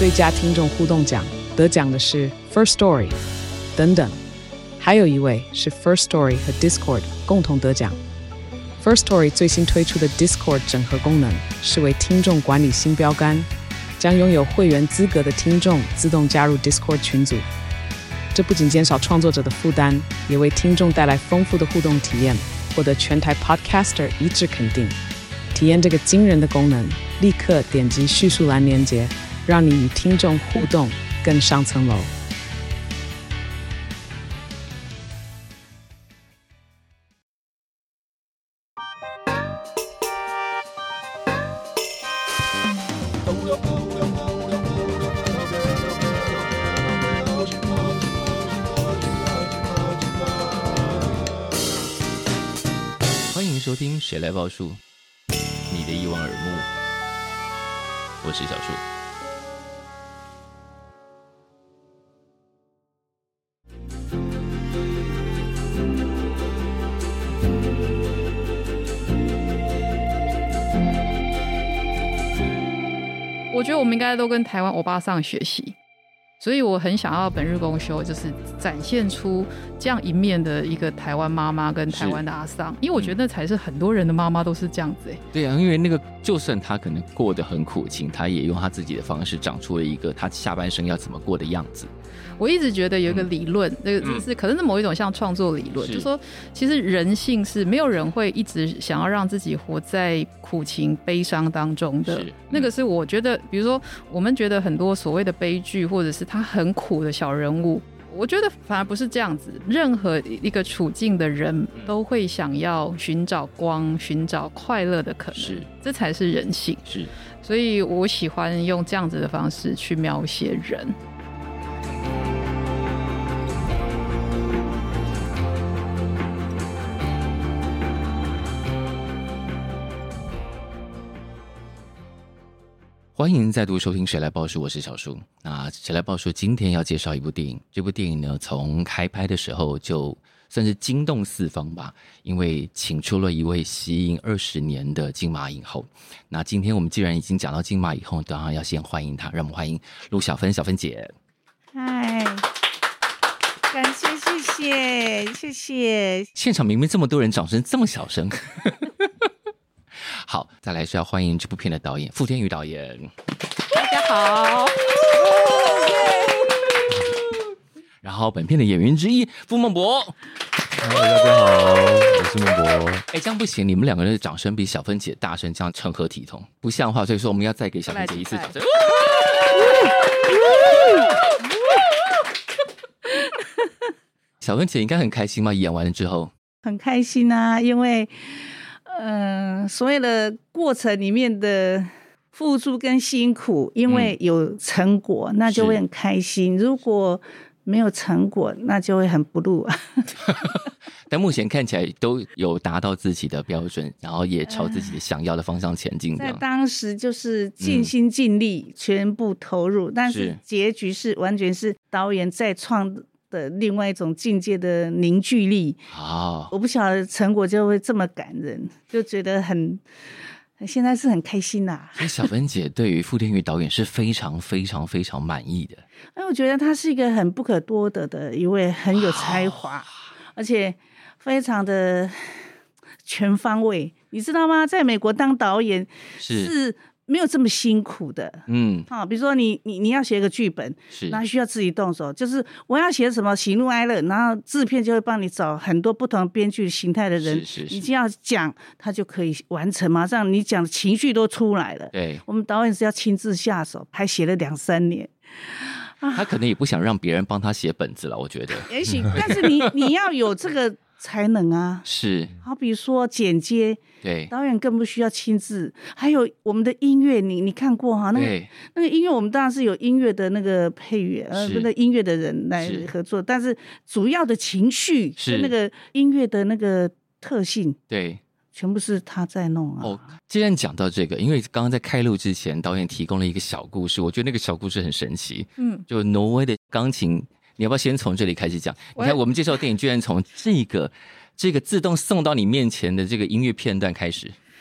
最佳听众互动奖，得奖的是 First Story 等等，还有一位是 First Story 和 Discord 共同得奖。First Story 最新推出的 Discord 整合功能是为听众管理新标杆，将拥有会员资格的听众自动加入 Discord 群组。这不仅减少创作者的负担，也为听众带来丰富的互动体验，获得全台 Podcaster 一致肯定。体验这个惊人的功能，立刻点击叙述栏连结，让你与听众互动更上层楼。 欢迎收听谁来报数，你的一望而目，我是小树。 我觉得我们应该都跟台湾欧巴桑学习，所以我很想要本日公休，就是展现出这样一面的一个台湾妈妈跟台湾的阿桑，因为我觉得那才是很多人的妈妈都是这样子。 对啊，因为那个就算他可能过得很苦情，他也用他自己的方式长出了一个他下半生要怎么过的样子。 我一直觉得有一个理论，是可能是某一种像创作理论，就是说其实人性是没有人会一直想要让自己活在苦情悲伤当中的。那个是我觉得，比如说我们觉得很多所谓的悲剧，或者是他很苦的小人物，我觉得反而不是这样子。任何一个处境的人都会想要寻找光，寻找快乐的可能，这才是人性。所以我喜欢用这样子的方式去描写人。 欢迎再度收听谁来报数，我是小树。那谁来报数今天要介绍一部电影，这部电影呢从开拍的时候就算是惊动四方吧，因为请出了一位息影20年的金马影后。那今天我们既然已经讲到金马影后，当然要先欢迎她，让我们欢迎陆小芬，小芬姐。 嗨，感谢，谢谢。 现场明明这么多人，掌声这么小声。好，再来是要欢迎这部片的导演傅天宇导演。 大家好。 然后本片的演员之一傅孟博。 大家好，我是孟博。 这样不行，你们两个人的掌声比小芬姐大声，这样成何体统？不像话，所以说我们要再给小芬姐一次掌声。小芬姐应该很开心吗？演完了之后很开心啊，因为所有的过程里面的付出跟辛苦，因为有成果，那就会很开心。如果没有成果，那就会很不入啊。 但目前看起来都有达到自己的标准，然后也朝自己想要的方向前进。 在当时就是尽心尽力，全部投入，但是结局是完全是导演再创的另外一种境界的凝聚力。我不晓得成果就会这么感人，就觉得现在是很开心啦。 所以小芬姐对于傅天宇导演是非常非常非常满意的。 我觉得他是一个很不可多得的一位很有才华，而且非常的全方位。你知道吗？在美国当导演是没有这么辛苦的。比如说你要写一个剧本，那需要自己动手，就是我要写什么喜怒哀乐，然后制片就会帮你找很多不同编剧形态的人，你只要讲他就可以完成，马上你讲的情绪都出来了。 对， 我们导演是要亲自下手，还写了2-3年。 他可能也不想让别人帮他写本子了，我觉得。 也许，但是你要有这个才能啊。 是， 好比说剪接， 对， 导演更不需要亲自。还有我们的音乐，你看过哈？那个音乐，我们当然是有音乐的那个配乐，那个音乐的人来合作，但是主要的情绪跟那个音乐的那个特性， 对， 全部是他在弄啊。 既然讲到这个，因为刚刚在开录之前，导演提供了一个小故事，我觉得那个小故事很神奇。就挪威的钢琴，你要不要先从这里开始讲？你看我们介绍的电影居然从这个自动送到你面前的这个音乐片段开始。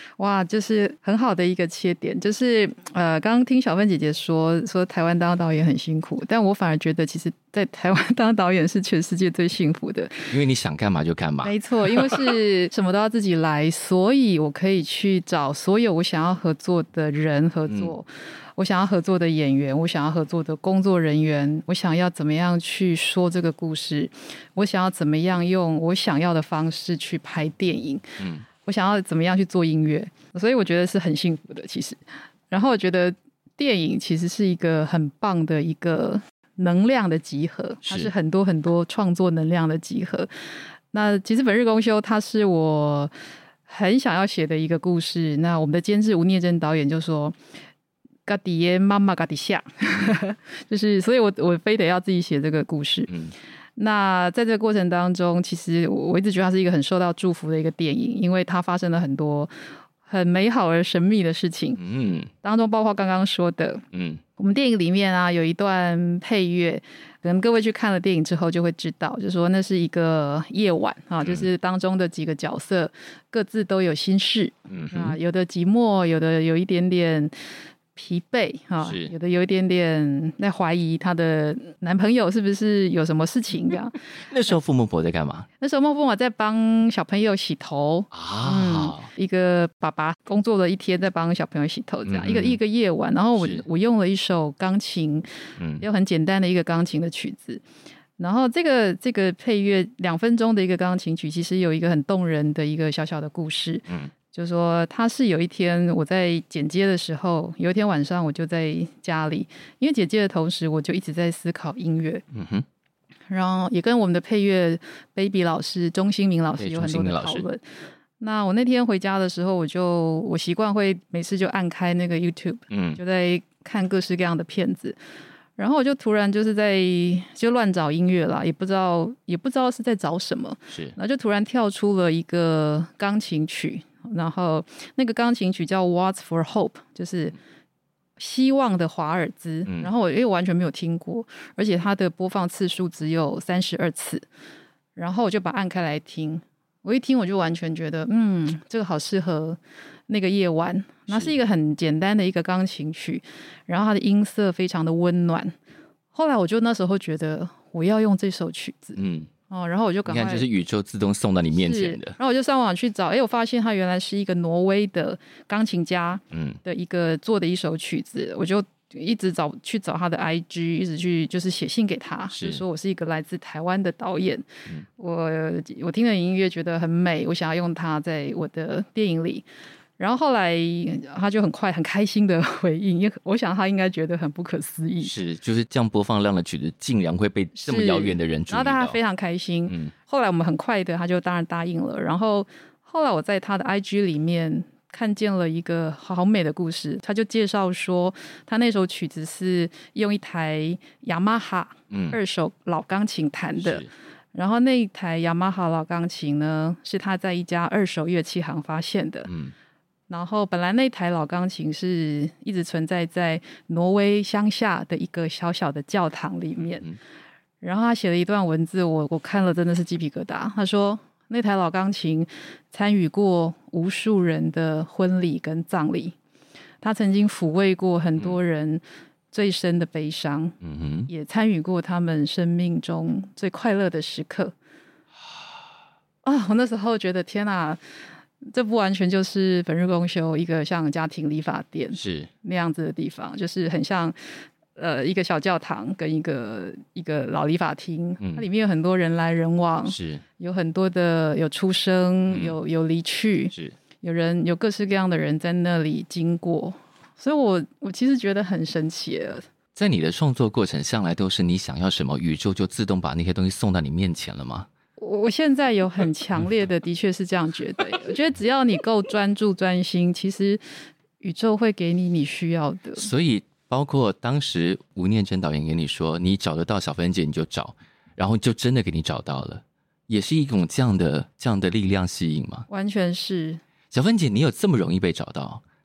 哇，就是很好的一个切点，就是刚刚听小芬姐姐说台湾当导演很辛苦，但我反而觉得其实在台湾当导演是全世界最幸福的， 因为你想干嘛就干嘛。 没错，因为是什么都要自己来，所以我可以去找所有我想要合作的人合作，我想要合作的演员，我想要合作的工作人员，我想要怎么样去说这个故事，我想要怎么样用我想要的方式去拍电影，我想要怎么样去做音乐，所以我觉得是很幸福的其实。然后我觉得电影其实是一个很棒的一个能量的集合，它是很多很多创作能量的集合。那其实本日公休它是我很想要写的一个故事，那我们的监制吴念真导演就说嘎底耶妈妈嘎底下就是所以我非得要自己写这个故事。那在这个过程当中，其实我一直觉得它是一个很受到祝福的一个电影，因为它发生了很多很美好而神秘的事情。当中包括刚刚说的，我们电影里面啊有一段配乐，可能各位去看了电影之后就会知道，就是说那是一个夜晚啊，就是当中的几个角色各自都有心事，有的寂寞，有的有一点点疲惫有的有一点点在怀疑她的男朋友是不是有什么事情这样。 那时候傅孟博在干嘛？ 那时候孟博在帮小朋友洗头一个爸爸工作了一天在帮小朋友洗头这样，一个夜晚，然后我用了一首钢琴，又很简单的一个钢琴的曲子，然后这个配乐2分钟的一个钢琴曲，其实有一个很动人的一个小小的故事。就是说他是有一天我在剪接的时候，有一天晚上我就在家里，因为剪接的同时我就一直在思考音乐，然后也跟我们的配乐 baby 老师钟兴民老师有很多的讨论。那我那天回家的时候，我习惯会每次就按开那个 YouTube，就在看各式各样的片子，然后我就突然就是就乱找音乐啦，也不知道是在找什么，然后就突然跳出了一个钢琴曲，然后那个钢琴曲叫 What's for Hope， 就是希望的华尔兹，然后因为我完全没有听过，而且它的播放次数只有32次，然后我就把它按开来听，我一听我就完全觉得这个好适合那个夜晚，那是一个很简单的一个钢琴曲，然后它的音色非常的温暖，后来我就那时候觉得我要用这首曲子，然后我就赶快， 你看，就是宇宙自动送到你面前的。 然后我就上网去找，我发现它原来是一个挪威的钢琴家的一个做的一首曲子，我就一直去找他的 IG， 一直去就是写信给他，就是说我是一个来自台湾的导演，我听了音乐觉得很美，我想要用它在我的电影里。然后后来他就很快很开心的回应，因为我想他应该觉得很不可思议， 是就是这样播放量的曲子竟然会被这么遥远的人注意到， 然后大家非常开心。后来我们很快的他就当然答应了，然后后来我在他的 IG 里面看见了一个好美的故事，他就介绍说他那首曲子是用一台雅马哈2手老钢琴弹的，然后那一台雅马哈老钢琴呢是他在一家2手乐器行发现的，然后本来那台老钢琴是一直存在在挪威乡下的一个小小的教堂里面，然后他写了一段文字，我看了真的是鸡皮疙瘩。他说那台老钢琴参与过无数人的婚礼跟葬礼，他曾经抚慰过很多人最深的悲伤，也参与过他们生命中最快乐的时刻。我那时候觉得天哪，这不完全就是本日公休一个像家庭理发店是那样子的地方，就是很像一个小教堂跟一个老理发厅，它里面有很多人来人往，是有很多的有出生，有离去，是有各式各样的人在那里经过，所以我其实觉得很神奇了。 在你的创作过程向来都是你想要什么，宇宙就自动把那些东西送到你面前了吗？ 我现在有很强烈的确是这样觉得我觉得只要你够专注专心，其实宇宙会给你需要的。 所以包括当时吴念真导演跟你说你找得到小芬姐你就找，然后就真的给你找到了，也是一种这样的力量吸引吗？ 完全是。 小芬姐，你有这么容易被找到？ 我没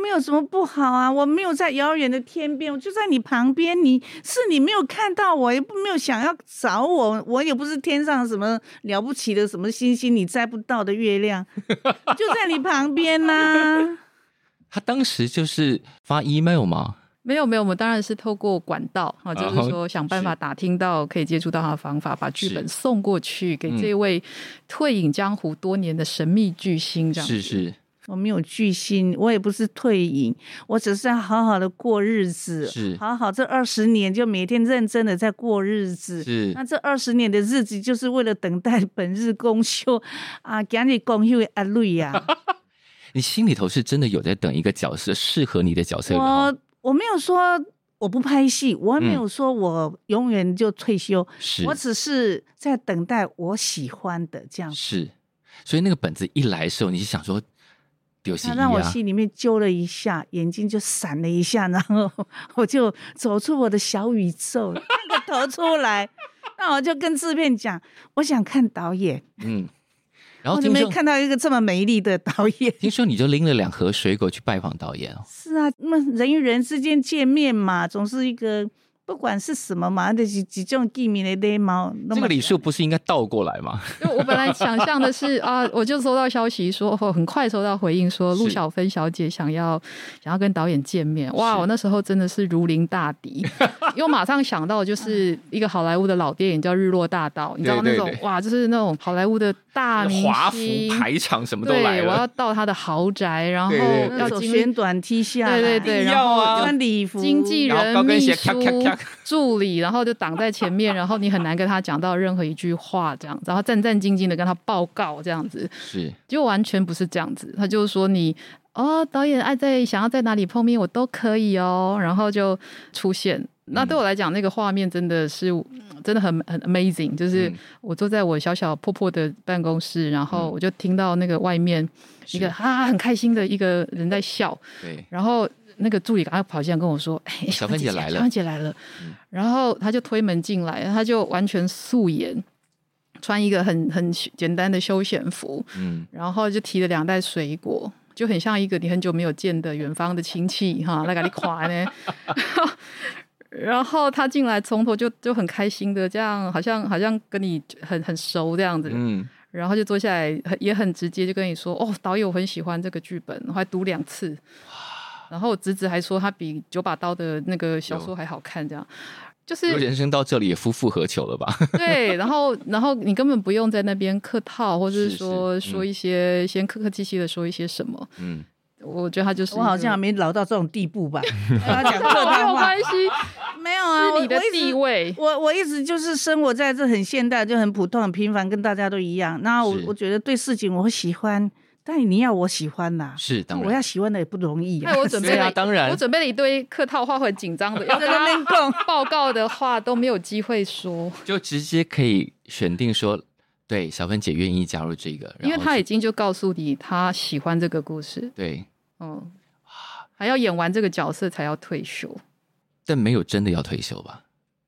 没有什么不好啊，我没有在遥远的天边，我就在你旁边，你没有看到我，也没有想要找我，我也不是天上什么了不起的什么星星，你摘不到的月亮，就在你旁边啊。 他当时就是发 email 吗？ 没有，我们当然是透过管道就是说想办法打听到可以接触到他的方法，把剧本送过去给这位退隐江湖多年的神秘巨星。这样子是我没有巨星，我也不是退隐，我只是要好好的过日子，好好这20年就每天认真的在过日子。 是， 那这20年的日子就是为了等待本日公休啊，今日公休的阿瑞呀。 你心里头是真的有在等一个角色，适合你的角色。 我没有说我不拍戏，我没有说我永远就退休，我只是在等待我喜欢的这样。 是，所以那个本子一来的时候，你就想说丢戏， 他让我心里面揪了一下，眼睛就闪了一下，然后我就走出我的小宇宙，探个头出来，那我就跟制片讲，我想看导演。 然后我就没看到一个这么美丽的导演。 听说你就拎了2盒水果去拜访导演哦。 是啊，那人与人之间见面嘛，总是一个不管是什么嘛，就是几种见面的礼貌。 这个礼数不是应该倒过来吗？ 因为我本来想象的是我就收到消息说，很快收到回应说陆小芬小姐想要跟导演见面。哇，我那时候真的是如临大敌，因为我马上想到就是一个好莱坞的老电影叫《日落大道》，你知道那种哇，就是那种好莱坞的大明星， 华服排场什么都来了。 对，我要到他的豪宅，然后要走旋短梯下来， 对， 然后穿礼服， 经纪人、秘书、助理，然后就挡在前面，然后你很难跟他讲到任何一句话，这样子，然后战战兢兢的跟他报告，这样子， 是， 结果完全不是这样子，他就是说你导演想要在哪里碰面，我都可以哦，然后就出现。那对我来讲，那个画面真的很 amazing， 就是我坐在我小小破破的办公室，然后我就听到那个外面一个很开心的一个人在笑， 对， 然后那个助理赶快跑进来跟我说：“ 小芬姐来了， 小芬姐来了。”然后他就推门进来，他就完全素颜，穿一个很简单的休闲服，然后就提了2袋水果，就很像一个你很久没有见的远方的亲戚哈，来给你夸呢。然后他进来从头就很开心的，这样好像跟你很熟这样子，然后就坐下来也很直接就跟你说：“导演我很喜欢这个剧本，我还读2次。”然后我侄子还说他比9把刀的那个小说还好看，这样就是人生到这里也夫复何求了吧？ 对，然后你根本不用在那边客套，或者是说一些先客客气气的说一些什么，我觉得他就是我好像还没老到这种地步吧。他讲客套话没有关系， 没有啊， 是你的地位。 我一直就是生活在这很现代，就很普通、很平凡，跟大家都一样。那我觉得对事情我会喜欢，但你要我喜欢呐， 是当然， 我要喜欢的也不容易啊。 我准备了， 当然， 我准备了一堆客套话，很紧张的，要跟他报告的话都没有机会说， 就直接可以选定说。对，小芬姐愿意加入这个， 因为她已经就告诉你她喜欢这个故事。 对， 还要演完这个角色才要退休， 但没有真的要退休吧？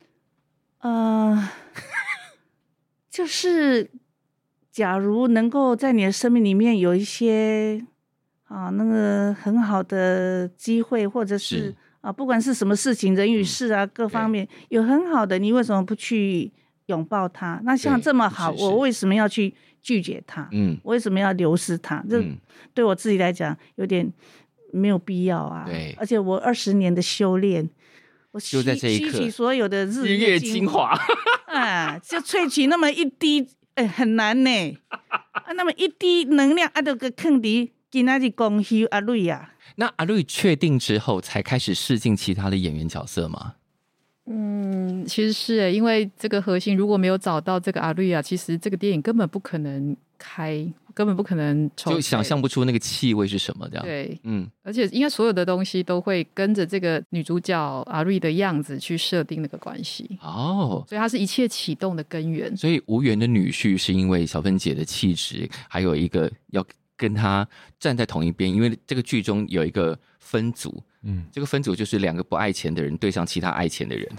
就是假如能够在你的生命里面有一些那个很好的机会，或者是不管是什么事情，人与事啊，各方面有很好的，你为什么不去拥抱它？那像这么好，我为什么要去拒绝它？我为什么要流失它？这对我自己来讲有点没有必要啊。 对， 而且我20年的修炼，我就在这一刻吸取所有的日月精华就萃取那么一滴，很难呢。那么一滴能量就个坑底，今仔日恭喜阿瑞啊。 那阿瑞确定之后，才开始试镜其他的演员角色吗？ 其实是因为这个核心如果没有找到这个阿瑞亚，其实这个电影根本不可能根本不可能就想象不出那个气味是什么这样。 对，而且因为所有的东西都会跟着这个女主角阿瑞的样子去设定那个关系所以它是一切启动的根源。 所以无缘的女婿是因为小芬姐的气质，还有一个要跟她站在同一边，因为这个剧中有一个分组。这个分组就是2个不爱钱的人对上其他爱钱的人。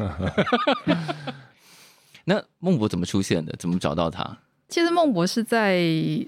那孟博怎么出现的？怎么找到他？ 其实孟博是在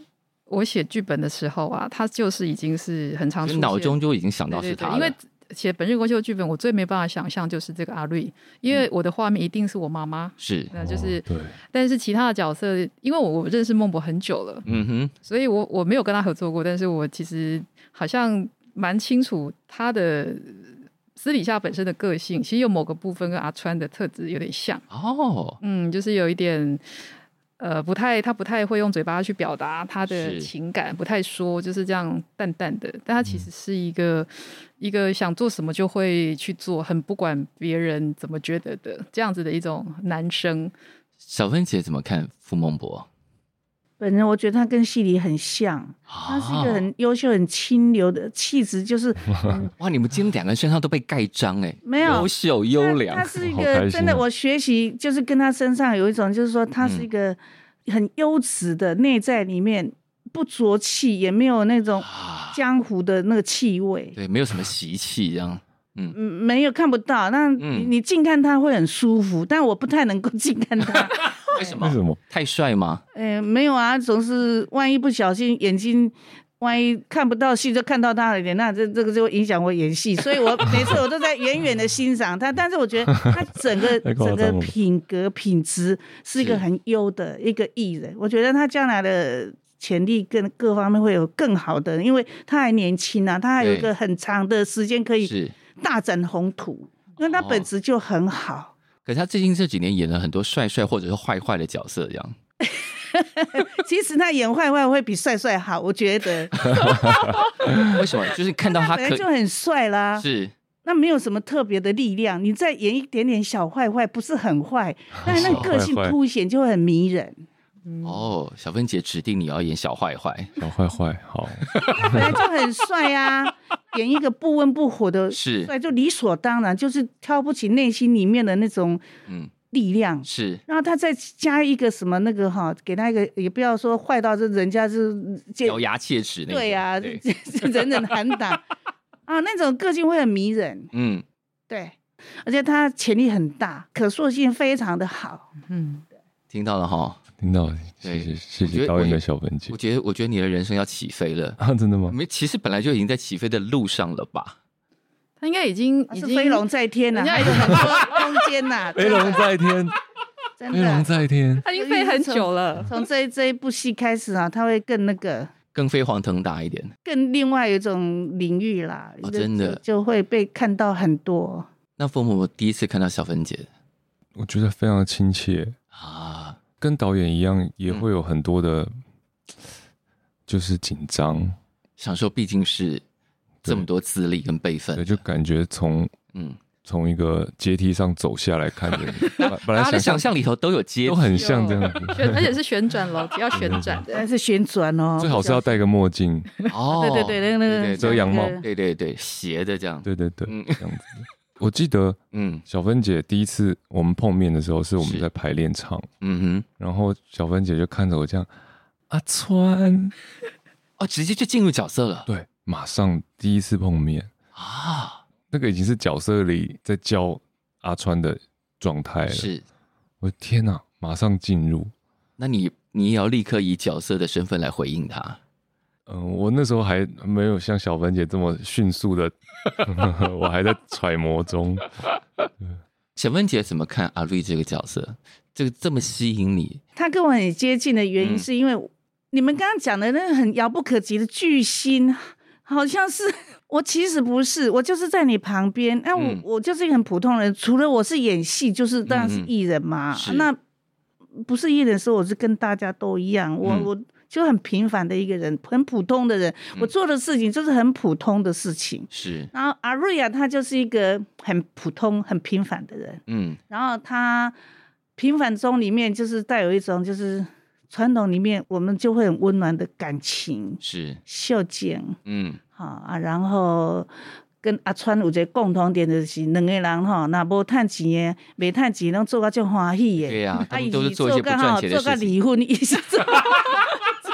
我写剧本的时候啊，他就是已经是很常出现， 脑中就已经想到是他了。 对对对，因为写本日公休剧本，我最没办法想象就是这个阿瑞，因为我的画面一定是我妈妈， 是， 那就是、 对。 但是其他的角色，因为我认识孟博很久了，所以我没有跟他合作过，但是我其实好像蛮清楚他的私底下本身的个性，其实有某个部分跟阿川的特质有点像哦，就是有一点。他不太会用嘴巴去表达他的情感，不太说，就是这样淡淡的。但他其实是一个想做什么就会去做，很不管别人怎么觉得的这样子的一种男生。 小芬姐怎么看傅孟博？ 本人我觉得他跟戏里很像，他是一个很优秀、很清流的气质，就是哇，你们今天两个人身上都被盖章哎， 没有优秀优良， 他是一个真的，我学习就是跟他身上有一种，就是说他是一个很优质的内在里面不浊气，也没有那种江湖的那个气味， 对，没有什么习气这样。 没有看不到，那你近看他会很舒服，但我不太能够近看他。 为什么？太帅吗？ 没有啊，总是万一不小心眼睛，万一看不到戏就看到他的脸，那这个就会影响我演戏，所以我每次我都在远远的欣赏他，但是我觉得他整个品格品质是一个很优的一个艺人，我觉得他将来的潜力跟各方面会有更好的，因为他还年轻啊，他还有一个很长的时间可以大展宏图，因为他本质就很好。 可是他最近这几年演了很多帅帅或者是坏坏的角色，这样。 其实他演坏坏会比帅帅好，我觉得。 为什么？就是看到他本来就很帅啦， 是。 那没有什么特别的力量，你再演一点点小坏坏，不是很坏，但是那个性凸显就会很迷人。 哦，小芬姐指定你要演小坏坏， 小坏坏好， 本来就很帅啊，演一个不温不火的帅，就理所当然，就是挑不起内心里面的那种力量， 是。然后他再加一个什么那个给他一个，也不要说坏到这人家是咬牙切齿那种， 对啊，人人喊打啊，那种个性会很迷人，对，而且他潜力很大，可塑性非常的好， 听到了哈。 听到了，谢谢导演的小芬姐。 我觉得你的人生要起飞了啊！真的吗？ 其实本来就已经在起飞的路上了吧？ 他应该已经飞龙在天了，还有很多空间呐， 飞龙在天， 真的飞龙在天， 他已经飞很久了。 从这一部戏开始啊，他会更那个， 更飞黄腾达一点， 更另外一种领域啦。 真的就会被看到很多。 那父母第一次看到小芬姐， 我觉得非常亲切啊。跟导演一样，也会有很多的，就是紧张。 想说，毕竟是这么多资历跟辈分， 对，就感觉从一个阶梯上走下来看着你。本来他的想象里头都有阶梯， 都很像这样子， 而且是旋转楼梯，要旋转的， 但是旋转哦， 最好是要戴个墨镜哦， 对，那个遮阳帽， 对，斜的这样， 对，这样子。我记得，小芬姐第一次我们碰面的时候，是我们在排练场，然后小芬姐就看着我这样，阿川， 直接就进入角色了， 对，马上第一次碰面啊，那个已经是角色里在教阿川的状态了， 是， 我的天哪，马上进入， 那你也要立刻以角色的身份来回应他。 我那时候还没有像小芬姐这么迅速的，我还在揣摩中。 小芬姐怎么看阿瑞这个角色？这么吸引你？ 他跟我很接近的原因，是因为你们刚刚讲的那个很遥不可及的巨星，好像是我，其实不是，我就是在你旁边。那我就是一个很普通人，除了我是演戏，就是当然是艺人嘛。那不是艺人的时候，我是跟大家都一样，我就很平凡的一个人，很普通的人，我做的事情就是很普通的事情。 是， 然后阿瑞啊，他就是一个很普通、很平凡的人。然后他平凡中里面就是带有一种，就是传统里面我们就会很温暖的感情， 是秀景。然后跟阿川有一个共同点，就是两个人吼，那无赚钱的，没赚钱，拢做到就欢喜的。 对啊，他们都是做一些不赚钱的事情。 做到离婚，伊是做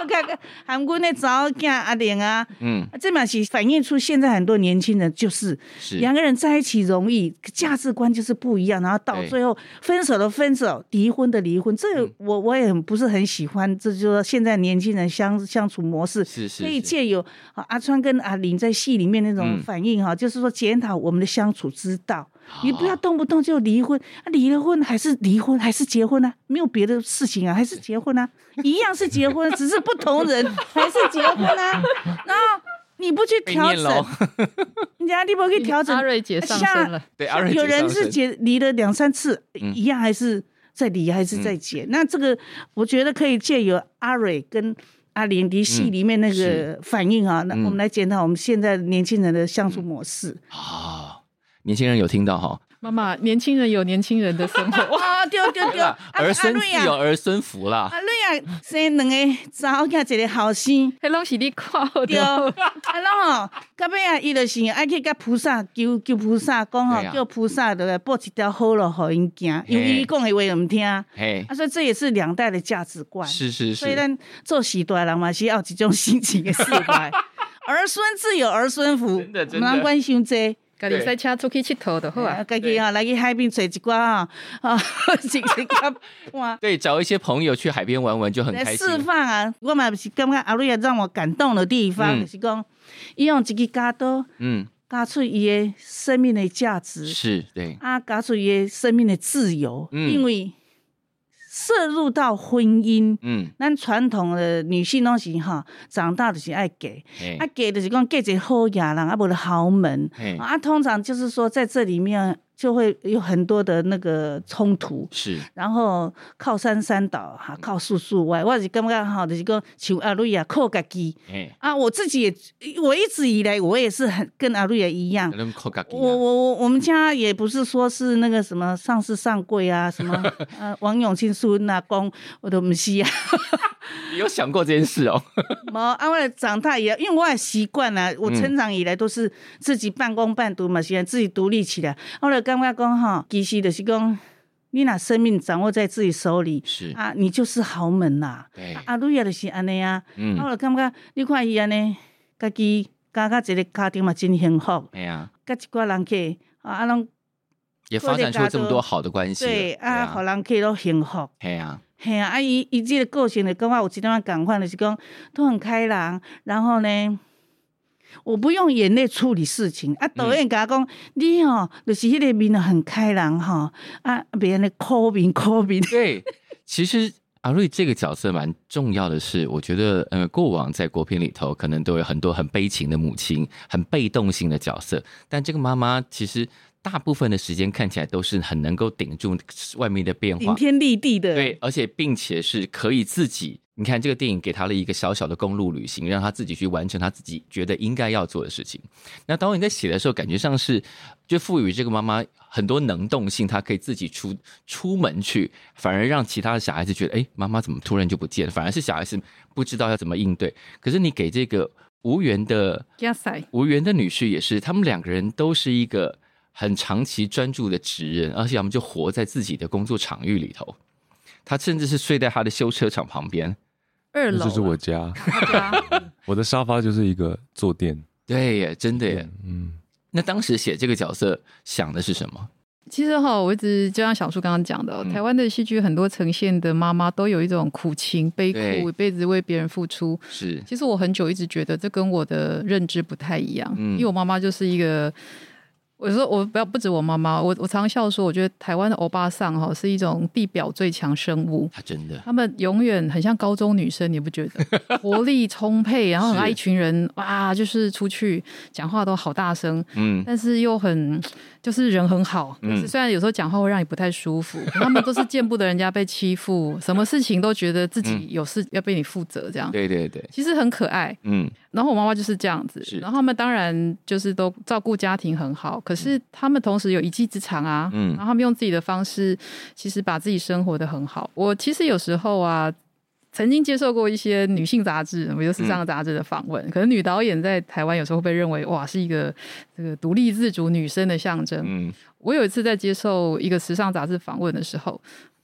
看韩国那早囝阿玲啊，这嘛是反映出现在很多年轻人就是两个人在一起容易，价值观就是不一样，然后到最后分手的分手，离婚的离婚，这个我也不是很喜欢，这就是说现在年轻人相处模式，可以借由阿川跟阿玲在戏里面那种反应就是说检讨我们的相处之道。你不要动不动就离婚，离了婚还是离婚还是结婚啊？没有别的事情啊，还是结婚啊，一样是结婚，只是不同人还是结婚啊。然后你不去调整，人家你不去调整， 阿瑞姐上升了， 对，阿瑞姐有人是离了2-3次，一样还是在离还是在结。那这个我觉得可以借由阿瑞跟阿玲离戏里面那个反应那我们来检讨我们现在年轻人的相处模式年轻人有听到哈？ 妈妈，年轻人有年轻人的生活对， 儿孙自有儿孙福啦。 阿瑞啊，生2个查某囝，一个后生， 迄拢是你看对。然后到尾伊就是爱去甲菩萨求菩萨讲叫菩萨的报一条好路互因行，因为伊讲的话唔听。所以这也是2代的价值观。 是。 所以咱做时代人嘛是要有一种心情的释怀。儿孙自有儿孙福， 真的， 不能管伤济。 家己塞车出去佚佗就好啊！ 家己来去海边找一寡对，找一些朋友去海边玩玩就很开心。 释放啊！我嘛是感觉阿瑞让我感动的地方，就是讲伊用一个家刀，加出伊的生命的价值， 是对加出伊的生命的自由，因为涉入到婚姻，咱传统的女性东西长大就是爱嫁，嫁就是讲嫁一个好家人，无就豪门，通常就是说在这里面就会有很多的那个冲突， 是， 然后靠山山倒靠树树歪，我是感觉就是讲像阿瑞亚靠家己，我自己我一直以来我也是很跟阿瑞亚一样，我们家也不是说是那个什么上市上柜啊，什么王永庆孙啊公，我都不是啊。 你有想过这件事哦？ 没我长大也，因为我也习惯了，我成长以来都是自己半工半读嘛，现在自己独立起来。我就感觉讲其实就是讲，你若生命掌握在自己手里， 是你就是豪门啦。对，瑞也就是安尼啊。我就感觉你看伊安尼，家己加一个家庭嘛，真幸福。 哎呀， 甲一寡人客拢也发展出这么多好的关系。 对互人客都幸福。 哎呀。 伊这个个性就跟我有一点感觉，就是讲都很开朗，然后呢，我不用眼泪处理事情导演跟我讲，你就是迄个面很开朗别人的苦面。 对，其实阿瑞这个角色蛮重要的是，我觉得过往在国片里头可能都有很多很悲情的母亲，很被动性的角色，但这个妈妈其实大部分的时间看起来都是很能够顶住外面的变化， 顶天立地的。 对，而且并且是可以自己，你看这个电影给他了一个小小的公路旅行，让他自己去完成他自己觉得应该要做的事情。那导演在写的时候，感觉上是就赋予这个妈妈很多能动性，她可以自己出门去，反而让其他的小孩子觉得，妈妈怎么突然就不见了？反而是小孩子不知道要怎么应对。可是你给这个无缘的女婿也是，他们2个人都是一个很长期专注的职人，而且他们就活在自己的工作场域里头。他甚至是睡在他的修车厂旁边 ，2楼， 这就是我家。我的沙发就是一个坐垫。 对耶，真的耶。那当时写这个角色想的是什么？ 其实我一直就像小树刚刚讲的，台湾的戏剧很多呈现的妈妈都有一种苦情悲苦，一辈子为别人付出。 是， 其实我很久一直觉得这跟我的认知不太一样，因为我妈妈就是一个。我说我不止我妈妈，我常笑说，我觉得台湾的欧巴桑是一种地表最强生物。 真的， 他们永远很像高中女生，你不觉得？活力充沛，然后很爱一群人，哇，就是出去讲话都好大声，但是又很就是人很好。虽然有时候讲话会让你不太舒服，他们都是见不得人家被欺负，什么事情都觉得自己有事要被你负责，这样。 对对对， 其实很可爱。然后我妈妈就是这样子，然后他们当然就是都照顾家庭很好，可是他们同时有一技之长啊，然后他们用自己的方式，其实把自己生活得很好。我其实有时候曾经接受过一些女性杂志，比如时尚杂志的访问，可能女导演在台湾有时候会被认为哇是一个这个独立自主女生的象征。我有一次在接受一个时尚杂志访问的时候，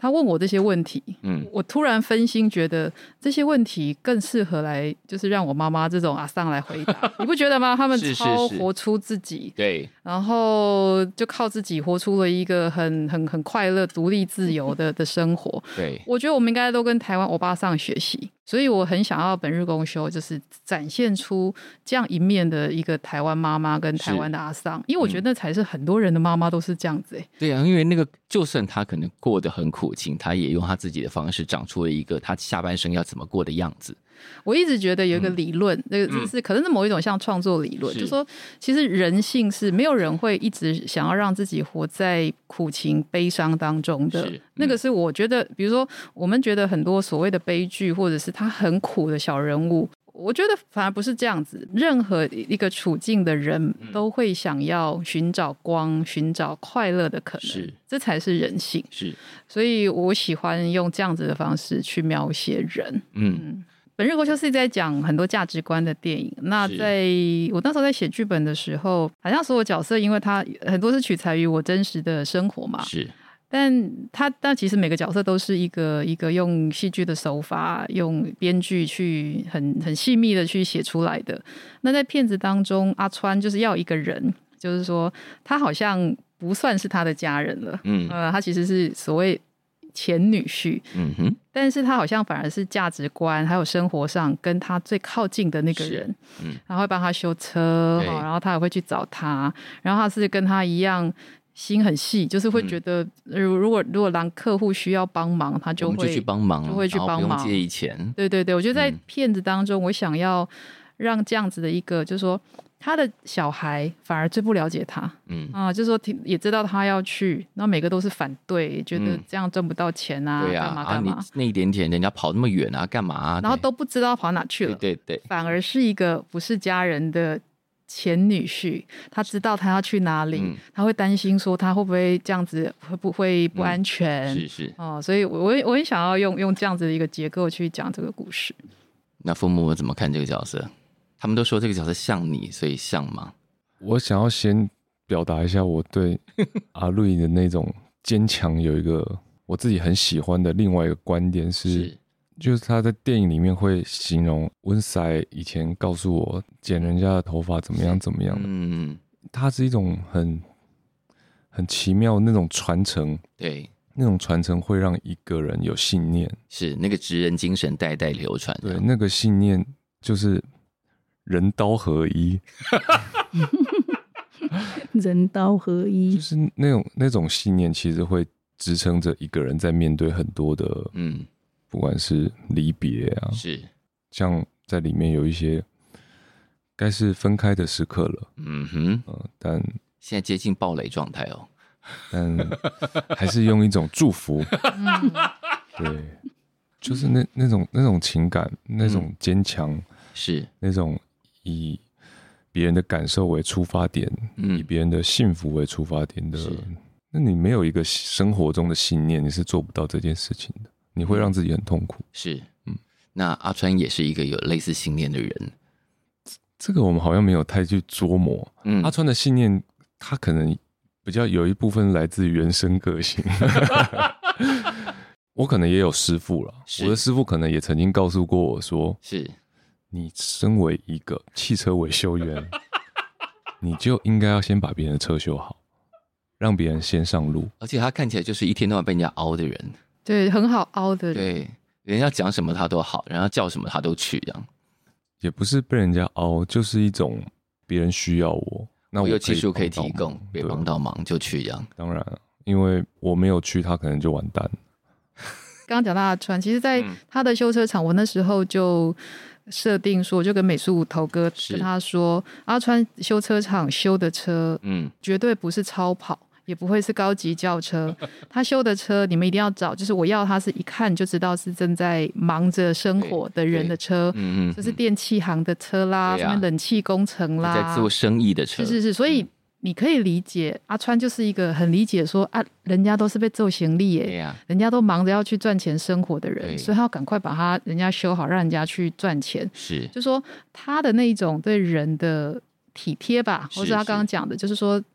他问我这些问题，我突然分心，觉得这些问题更适合来，就是让我妈妈这种阿桑来回答，你不觉得吗？他们超活出自己， 对， 然后就靠自己活出了一个很快乐、独立、自由的生活。 对， 我觉得我们应该都跟台湾欧巴桑学习，所以我很想要本日公休，就是展现出这样一面的一个台湾妈妈跟台湾的阿桑，因为我觉得那才是很多人的妈妈都是这样子。 对啊，因为那个就算他可能过得很苦情，他也用他自己的方式长出了一个他下半生要怎么过的样子。 我一直觉得有一个理论，那个是可能是某一种像创作理论，就是说其实人性是没有人会一直想要让自己活在苦情悲伤当中的。那个是我觉得，比如说我们觉得很多所谓的悲剧，或者是他很苦的小人物，我觉得反而不是这样子。任何一个处境的人都会想要寻找光，寻找快乐的可能，这才是人性。是，所以我喜欢用这样子的方式去描写人。本日公休是在讲很多价值观的电影。那在我那时候在写剧本的时候，好像所有角色，因为他很多是取材于我真实的生活嘛，是。但其实每个角色都是一个用戏剧的手法，用编剧去很细密的去写出来的。那在片子当中，阿川就是要一个人，就是说他好像不算是他的家人了，他其实是所谓前女婿，但是他好像反而是价值观还有生活上跟他最靠近的那个人，然后会帮他修车，然后他也会去找他，然后他是跟他一样心很细，就是会觉得如果让客户需要帮忙，他就会去帮忙， 就会去帮忙， 不用借以前。 对对对，我觉得在片子当中，我想要让这样子的一个，就是说他的小孩反而最不了解他，就是说也知道他要去，然后每个都是反对，觉得这样挣不到钱啊， 对啊，干嘛你那一点点人家跑那么远啊，干嘛啊？ 然后都不知道跑哪去了， 对， 反而是一个不是家人的前女婿，他知道他要去哪里，他会担心说他会不会这样子会不会不安全，是所以我很想要用这样子的一个结构去讲这个故事。 那父母怎么看这个角色？他们都说这个角色像你，所以像吗？ 我想要先表达一下我对阿瑞的那种坚强有一个我自己很喜欢的另外一个观点是就是他在电影里面会形容温塞以前告诉我剪人家的头发怎么样怎么样的，它是一种很奇妙的那种传承， 对， 那种传承会让一个人有信念， 是那个职人精神代代流传， 对，那个信念就是人刀合一人刀合一， 就是那种信念其实会支撑着一个人在面对很多的不管是离别啊， 是像在里面有一些该是分开的时刻了，但现在接近暴雷状态哦， 但还是用一种祝福，对，就是那种情感，那种坚强， 是那种以别人的感受为出发点，以别人的幸福为出发点的，那你没有一个生活中的信念，你是做不到这件事情的，你会让自己很痛苦。 是，那阿川也是一个有类似信念的人， 这个我们好像没有太去琢磨。阿川的信念，他可能比较有一部分来自于原生个性。我可能也有师父了，我的师父可能也曾经告诉过我说， 是你身为一个汽车维修员，你就应该要先把别人的车修好，让别人先上路。 而且他看起来就是一天到晚被人家凹的人， 对，很好凹的人， 对，人家讲什么他都好，人家叫什么他都去，这样也不是被人家凹，就是一种别人需要我，那我有技术可以提供，别帮到忙就去这样。 当然了，因为我没有去，他可能就完蛋了。 刚刚讲到阿川，其实在他的修车厂，我那时候就设定说，就跟美术头哥跟他说，阿川修车厂修的车，绝对不是超跑，也不会是高级轿车，他修的车你们一定要找，就是我要他是一看就知道是正在忙着生活的人的车，就是电器行的车啦，什么冷气工程啦， 在做生意的车， 是，所以你可以理解阿川就是一个很理解说啊，人家都是被做行李耶，人家都忙着要去赚钱生活的人，所以他要赶快把人家修好，让人家去赚钱。就说他的那一种对人的体贴吧，或是他刚刚讲的，就是说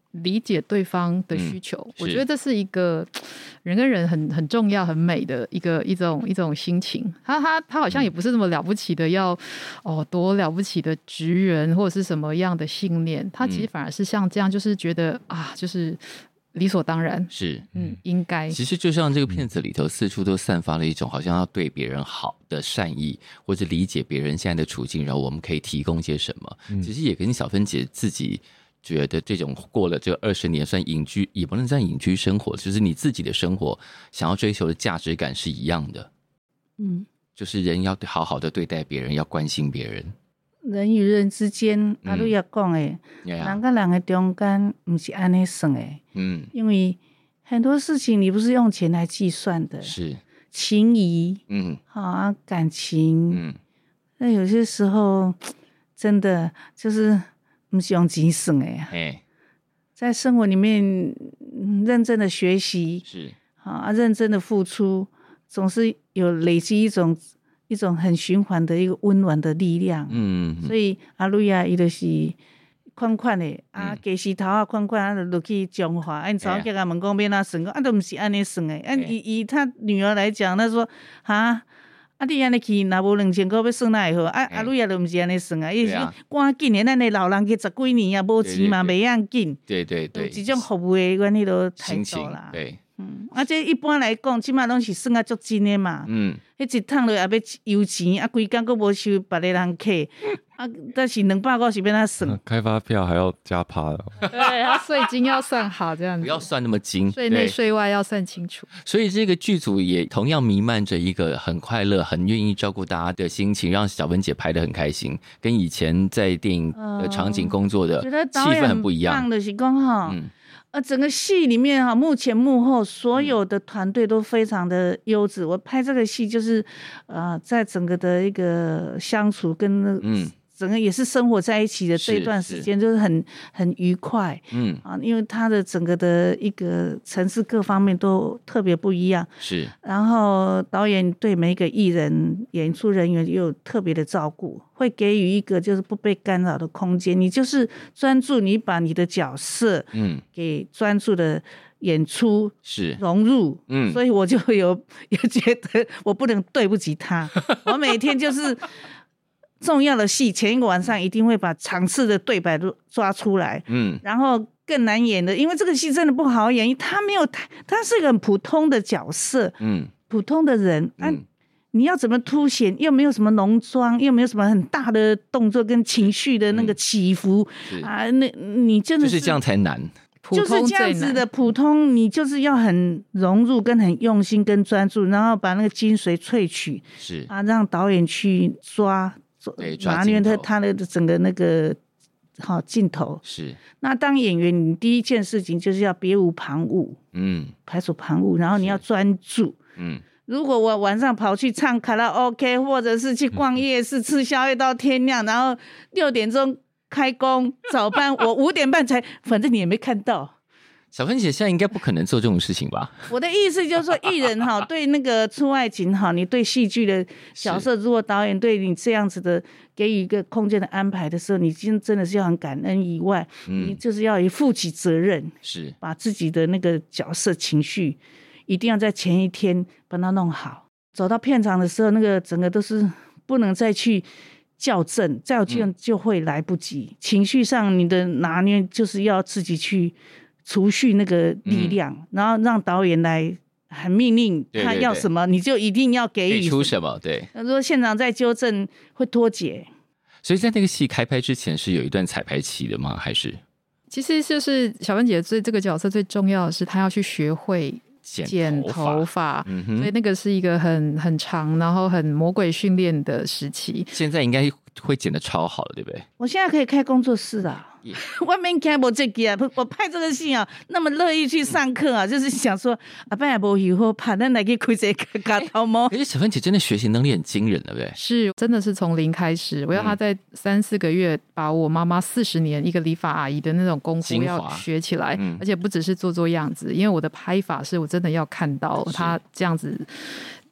理解对方的需求，我觉得这是一个人跟人很重要、很美的一种心情。他好像也不是那么了不起的要多了不起的职人或者是什么样的信念，他其实反而是像这样，就是觉得就是理所当然， 是应该。其实就像这个片子里头四处都散发了一种好像要对别人好的善意，或者理解别人现在的处境，然后我们可以提供些什么。其实也跟小芬姐自己觉得这种过了这20年算隐居，也不能算隐居生活，就是你自己的生活想要追求的价值感是一样的。就是人要好好的对待别人，要关心别人。 人与人之间，阿鲁也讲的，人跟人的中间不是安尼算的。因为很多事情你不是用钱来计算的， 是情谊，感情，那有些时候真的就是不是用钱算的呀。在生活里面认真的学习，是认真的付出，总是有累积一种很循环的一个温暖的力量。所以阿瑞亚伊就是款款的鸡丝头款款就落去中华，因早叫他问讲要哪算，都不是安尼算的。以他女儿来讲，他说你安尼去，若无2000块要算哪会好？阿瑞亚都不是安尼算啊，伊是赶紧的，咱的老人去10几年啊，无钱嘛，袂要紧。对，这种服务的阮迄个态度啦。对。这一般来讲，起码拢是算足真的嘛。迄一趟落也要油钱，规工佫无收别个人客，但是250要哪算？ 开发票还要加趴的。 对，他税金要算好，这样子不要算那么精， 税内税外要算清楚。 所以这个剧组也同样弥漫着一个很快乐、很愿意照顾大家的心情，让小芬姐拍得很开心，跟以前在电影的场景工作的气氛很不一样。 觉得导演很棒的是讲整个戏里面幕前幕后所有的团队都非常的优质。我拍这个戏就是在整个的一个相处跟整个也是生活在一起的这一段时间，就是很愉快。因为他的整个的一个层次各方面都特别不一样。是，然后导演对每一个艺人、演出人员也有特别的照顾，会给予一个就是不被干扰的空间。你就是专注，你把你的角色给专注的演出是融入。所以我就有觉得我不能对不起他。我每天就是重要的戏前一个晚上一定会把场次的对白都抓出来。然后更难演的，因为这个戏真的不好演，他是一个很普通的角色，普通的人，你要怎么凸显？又没有什么浓妆，又没有什么很大的动作跟情绪的那个起伏那你真的就是这样才难。 就是这样子的普通，你就是要很融入跟很用心跟专注，然后把那个精髓萃取，是让导演去拿捏他的整个那个镜头。是，那当演员，你第一件事情就是要别无旁骛，排除旁骛，然后你要专注。如果我晚上跑去唱卡拉 OK， 或者是去逛夜市吃宵夜到天亮，然后6点钟开工早班，我5点半才，反正你也没看到。 小芬姐现在应该不可能做这种事情吧？ 我的意思就是说，艺人对那个出外景你对戏剧的角色，如果导演对你这样子的给予一个空间的安排的时候，你真的是要很感恩以外，你就是要负起责任，是把自己的那个角色情绪一定要在前一天把它弄好。走到片场的时候，那个整个都是不能再去校正，再校正就会来不及。情绪上你的拿捏就是要自己去储蓄那个力量，然后让导演来很命令他要什么，你就一定要给予出什么。对， 如果现场再纠正会脱节。 所以在那个戏开拍之前是有一段彩排期的吗？还是其实就是小芬姐这个角色最重要的是她要去学会剪头发，所以那个是一个很长然后很魔鬼训练的时期。 现在应该会剪得超好了，对不对？ 我现在可以开工作室了。外面开不这个我拍这个戏那么乐意去上课就是想说爸也没以后怕咱来去开这个嘎头毛。 可是小芬姐真的学习能力很惊人，对不对？ 是，真的是从零开始。我要她在3-4个月把我妈妈40年一个理发阿姨的那种功夫要学起来，而且不只是做样子，因为我的拍法是我真的要看到她这样子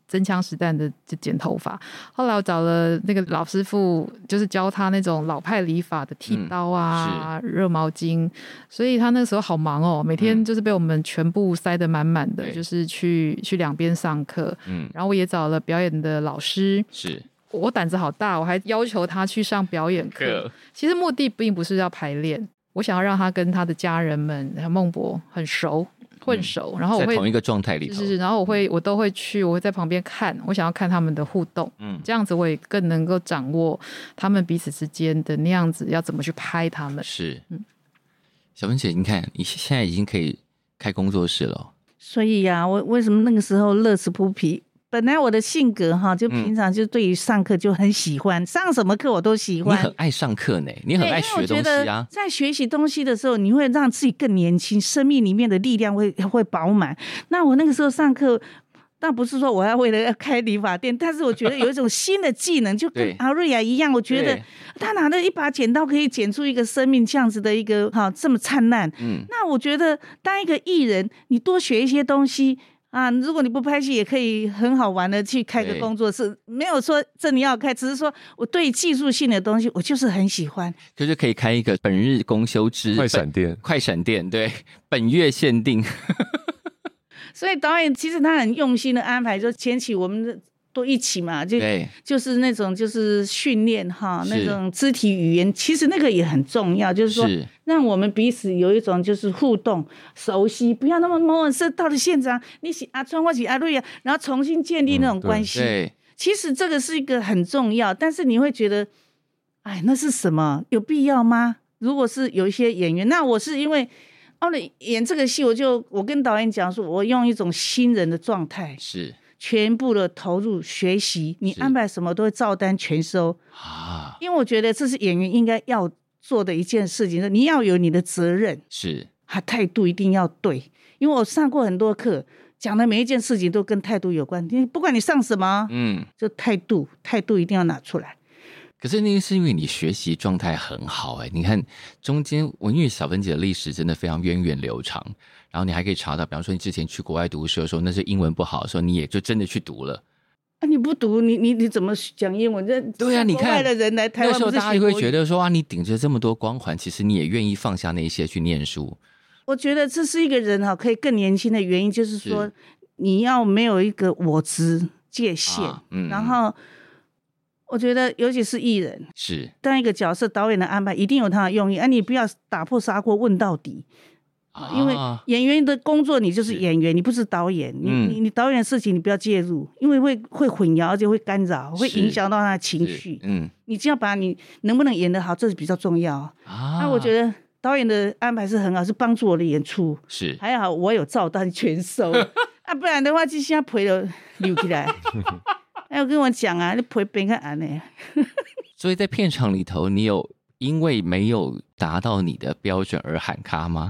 真枪实弹的就剪头发。后来我找了那个老师傅，就是教他那种老派理发的剃刀啊、热毛巾，所以他那个时候好忙哦，每天就是被我们全部塞得满满的，就是去两边上课。然后我也找了表演的老师， 是我胆子好大，我还要求他去上表演课。其实目的并不是要排练，我想要让他跟他的家人们还有孟博很熟。混熟，然后我会在同一个状态里头， 是，然后我都会去，我会在旁边看，我想要看他们的互动，这样子我也更能够掌握他们彼此之间的那样子要怎么去拍他们。 是，小芬姐，你看你现在已经可以开工作室了， 所以呀，我为什么那个时候乐此不疲？本来我的性格哈，就平常就对于上课就很喜欢，上什么课我都喜欢。 你很爱上课呢，你很爱学东西啊。 在学习东西的时候，你会让自己更年轻，生命里面的力量会饱满。那我那个时候上课，但不是说我要为了要开理发店，但是我觉得有一种新的技能，就跟阿瑞亚一样，我觉得他拿了一把剪刀可以剪出一个生命这样子的一个这么灿烂。那我觉得当一个艺人，你多学一些东西。如果你不拍戏也可以很好玩的去开个工作室，没有说这你要开，只是说我对技术性的东西我就是很喜欢， 就是可以开一个本日公休制快闪店，对，本月限定。 所以导演其实他很用心的安排，就前期我们都一起嘛，就是那种就是训练那种肢体语言，其实那个也很重要，就是说让我们彼此有一种就是互动熟悉，不要那么某是到了现场你是阿川我是阿瑞啊，然后重新建立那种关系。其实这个是一个很重要，但是你会觉得那是什么，有必要吗？如果是有一些演员，那我是因为演这个戏，我跟导演讲说，我用一种新人的状态， 是全部的投入学习，你安排什么都会照单全收因为我觉得这是演员应该要做的一件事情，你要有你的责任， 是态度一定要对。因为我上过很多课，讲的每一件事情都跟态度有关，不管你上什么就态度一定要拿出来。 可是那个是因为你学习状态很好你看中间因为小芬姐的历史真的非常源远流长，然后你还可以查到，比方说你之前去国外读书的时候，那是英文不好的时候，你也就真的去读了。 你不读你怎么讲英文？ 对啊，你看国外的人来台湾， 那时候大家就会觉得说你顶着这么多光环，其实你也愿意放下那些去念书。 我觉得这是一个人可以更年轻的原因，就是说你要没有一个我执界限然后我觉得尤其是艺人， 是当一个角色导演的安排一定有他的用意你不要打破砂锅问到底因为演员的工作你就是演员，你不是导演，你导演的事情你不要介入，因为会混淆，而且会干扰，会影响到他的情绪你只要把你能不能演得好，这是比较重要那我觉得导演的安排是很好，是帮助我的演出， 是还好我有照单全收不然的话就现在赔了溜起来还有跟我讲你赔别看安呢所以在片场里头，你有因为没有达到你的标准而喊卡吗？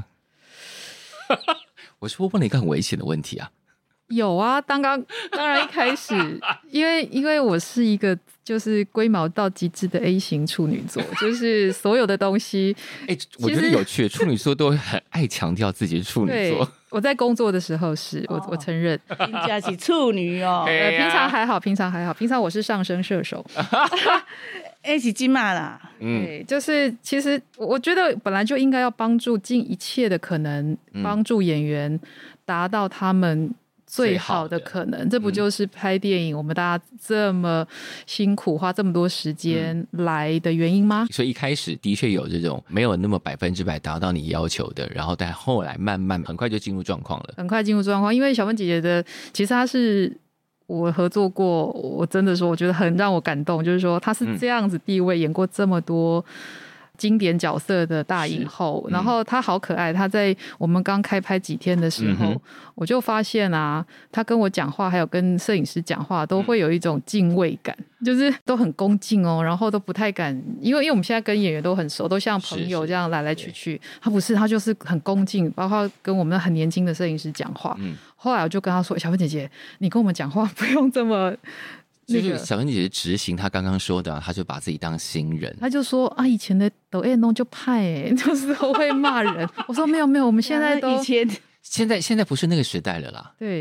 我是不是问了一个很危险的问题啊？ 有啊，当然一开始因为我是一个就是龟毛到极致的 A 型处女座，就是所有的东西我觉得有趣，处女座都很爱强调自己是处女座。 我在工作的时候是我承认人家是处女平常还好，平常我是上升射手是金马啦对，就是其实我觉得本来就应该要帮助尽一切的可能帮助演员达到他们最好的可能这不就是拍电影我们大家这么辛苦花这么多时间来的原因吗？ 所以一开始的确有这种没有那么100%达到你要求的，然后但后来慢慢很快就进入状况了， 很快进入状况。因为小芬姐姐的其实她是我合作过，我真的说我觉得很让我感动，就是说她是这样子地位演过这么多经典角色的大影后然后她好可爱，她在我们刚开拍几天的时候我就发现她跟我讲话还有跟摄影师讲话都会有一种敬畏感就是都很恭敬然后都不太敢因为我们现在跟演员都很熟，都像朋友这样来来去去她不是，她就是很恭敬，包括跟我们很年轻的摄影师讲话后来我就跟她说小芬姐姐你跟我们讲话不用这么就是小芬姐姐执行她刚刚说的她就把自己当新人， 她就说以前的抖音弄就派就是都会骂人我说没有我们现在都现在不是那个时代了啦， 对，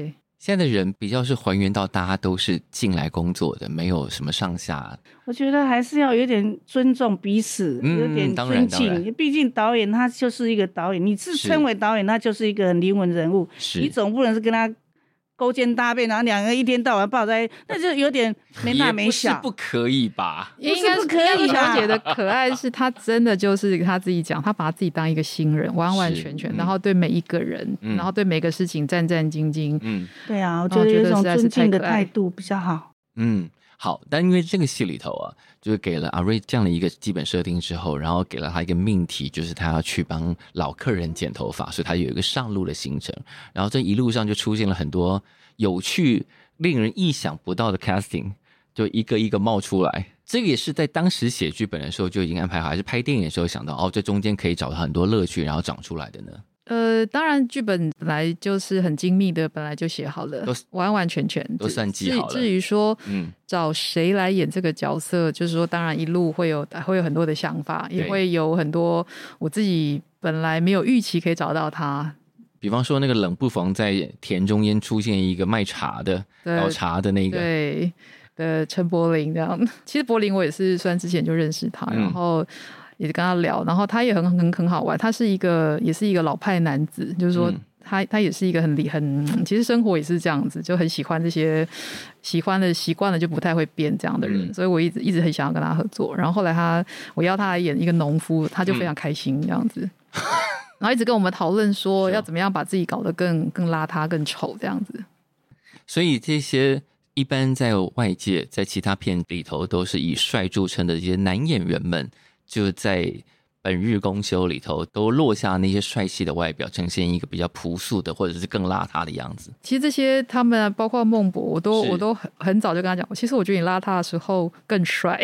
现在的人比较是还原到大家都是进来工作的，没有什么上下。 我觉得还是要有点尊重彼此，有点尊敬。毕竟导演他就是一个导演，你自称为导演，他就是一个灵魂人物，你总不能是跟他勾肩搭背，然后两个一天到晚抱在，那就有点没大没小。 也不是不可以吧？ 应该是可以。小姐的可爱是她真的就是她自己讲，她把她自己当一个新人，完完全全，然后对每一个人，然后对每个事情战战兢兢。 对啊，我觉得有一种尊敬的态度比较好。 好，但因为这个戏里头啊，就是给了阿瑞这样的一个基本设定之后，然后给了他一个命题，就是他要去帮老客人剪头发，所以他有一个上路的行程。然后这一路上就出现了很多有趣、令人意想不到的 casting， 就一个一个冒出来。这个也是在当时写剧本的时候就已经安排好，还是拍电影的时候想到这中间可以找到很多乐趣，然后长出来的呢？ 当然剧本本来就是很精密的，本来就写好了，完完全全都算计好了。 至于说找谁来演这个角色，就是说当然一路会有很多的想法，也会有很多我自己本来没有预期可以找到他。 比方说那个冷不防在田中间出现一个卖茶的搞茶的那个， 对的陈柏霖这样。其实柏霖我也是算之前就认识他，然后也跟他聊，然后他也很好玩，他也是一个老派男子，就是说他也是一个很其实生活也是这样子，就很喜欢这些习惯了就不太会变这样的人，所以我一直很想要跟他合作。然后后来我邀他来演一个农夫，他就非常开心这样子，然后一直跟我们讨论说要怎么样把自己搞得更邋遢更丑这样子。 所以这些一般在外界在其他片里头都是以帅著称的这些男演员们，就在本日公休里头都落下那些帅气的外表，呈现一个比较朴素的或者是更邋遢的样子。 其实这些他们包括孟博，我都很早就跟他讲，其实我觉得你邋遢的时候更帅。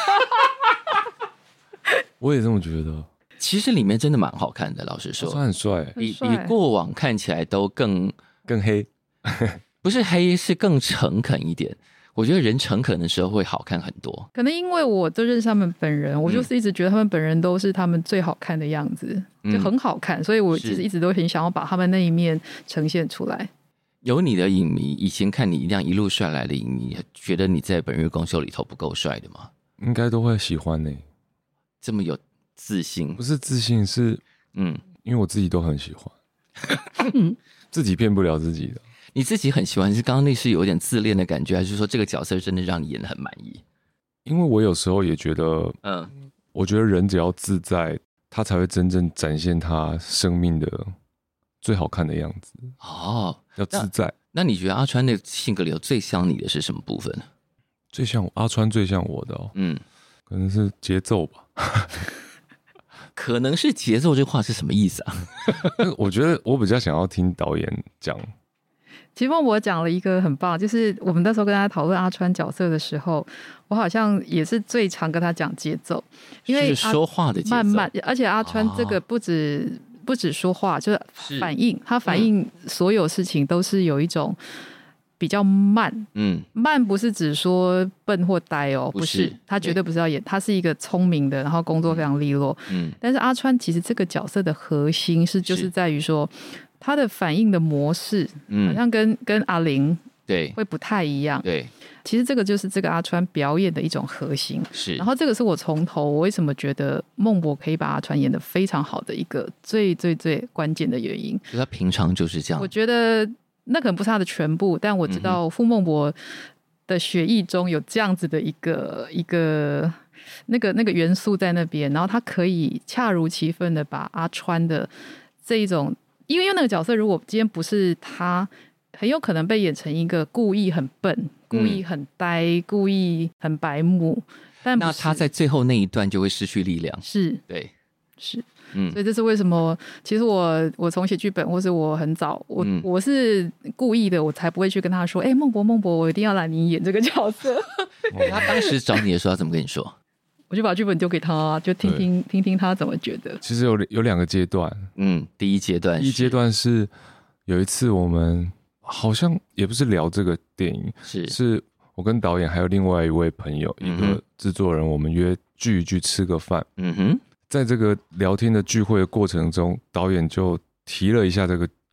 我也这么觉得。 其实里面真的蛮好看的，老实说， 他很帅， 比过往看起来都更黑， 不是黑，是更诚恳一点。我觉得人诚恳的时候会好看很多， 可能因为我都认识他们本人，我就是一直觉得他们本人都是他们最好看的样子，就很好看，所以我其实一直都很想要把他们那一面呈现出来。 有你的影迷以前看你这样一路帅来的影迷，觉得你在本日公休里头不够帅的吗？ 应该都会喜欢呢。 这么有自信？ 不是自信，是因为我自己都很喜欢，自己骗不了自己的。 你自己很喜欢，是刚刚那是有点自恋的感觉，还是说这个角色真的让你演得很满意？ 因为我有时候也觉得，我觉得人只要自在，他才会真正展现他生命的最好看的样子。要自在。 那你觉得阿川的性格里头最像你的是什么部分？ 最像阿川最像我的可能是节奏吧。 可能是节奏这话是什么意思啊？ 我觉得我比较想要听导演讲。 其实我讲了一个很棒，就是我们那时候跟他讨论阿川角色的时候，我好像也是最常跟他讲节奏，因为是说话的节奏慢慢，而且阿川这个不止说话，就是反应，他反应所有事情都是有一种比较慢，慢不是指说笨或呆哦，不是，他绝对不是要演，他是一个聪明的，然后工作非常利落，但是阿川其实这个角色的核心就是在于说。他的反应的模式，好像跟阿玲对会不太一样。 对， 其实这个就是这个阿川表演的一种核心。 是， 然后这个是我从头我为什么觉得孟博可以把阿川演得非常好的一个最最最关键的原因。 他平常就是这样。 我觉得那可能不是他的全部，但我知道傅孟博的血液中有这样子的一个那个元素在那边，然后他可以恰如其分的把阿川的这一种。因为那个角色如果今天不是他，很有可能被演成一个故意很笨、故意很呆、故意很白目，但不是， 那他在最后那一段就会失去力量。 是， 对， 是，所以这是为什么？其实我从写剧本，或是我很早，我是故意的，我才不会去跟他说，孟博，我一定要来你演这个角色。 他当时找你的时候，他怎么跟你说？ 我就把剧本丢给他，就听听他怎么觉得。 其实有两个阶段， 第一阶段是有一次我们好像也不是聊这个电影，是我跟导演还有另外一位朋友，一个制作人，我们约聚一聚吃个饭。在这个聊天的聚会的过程中，导演就提了一下这个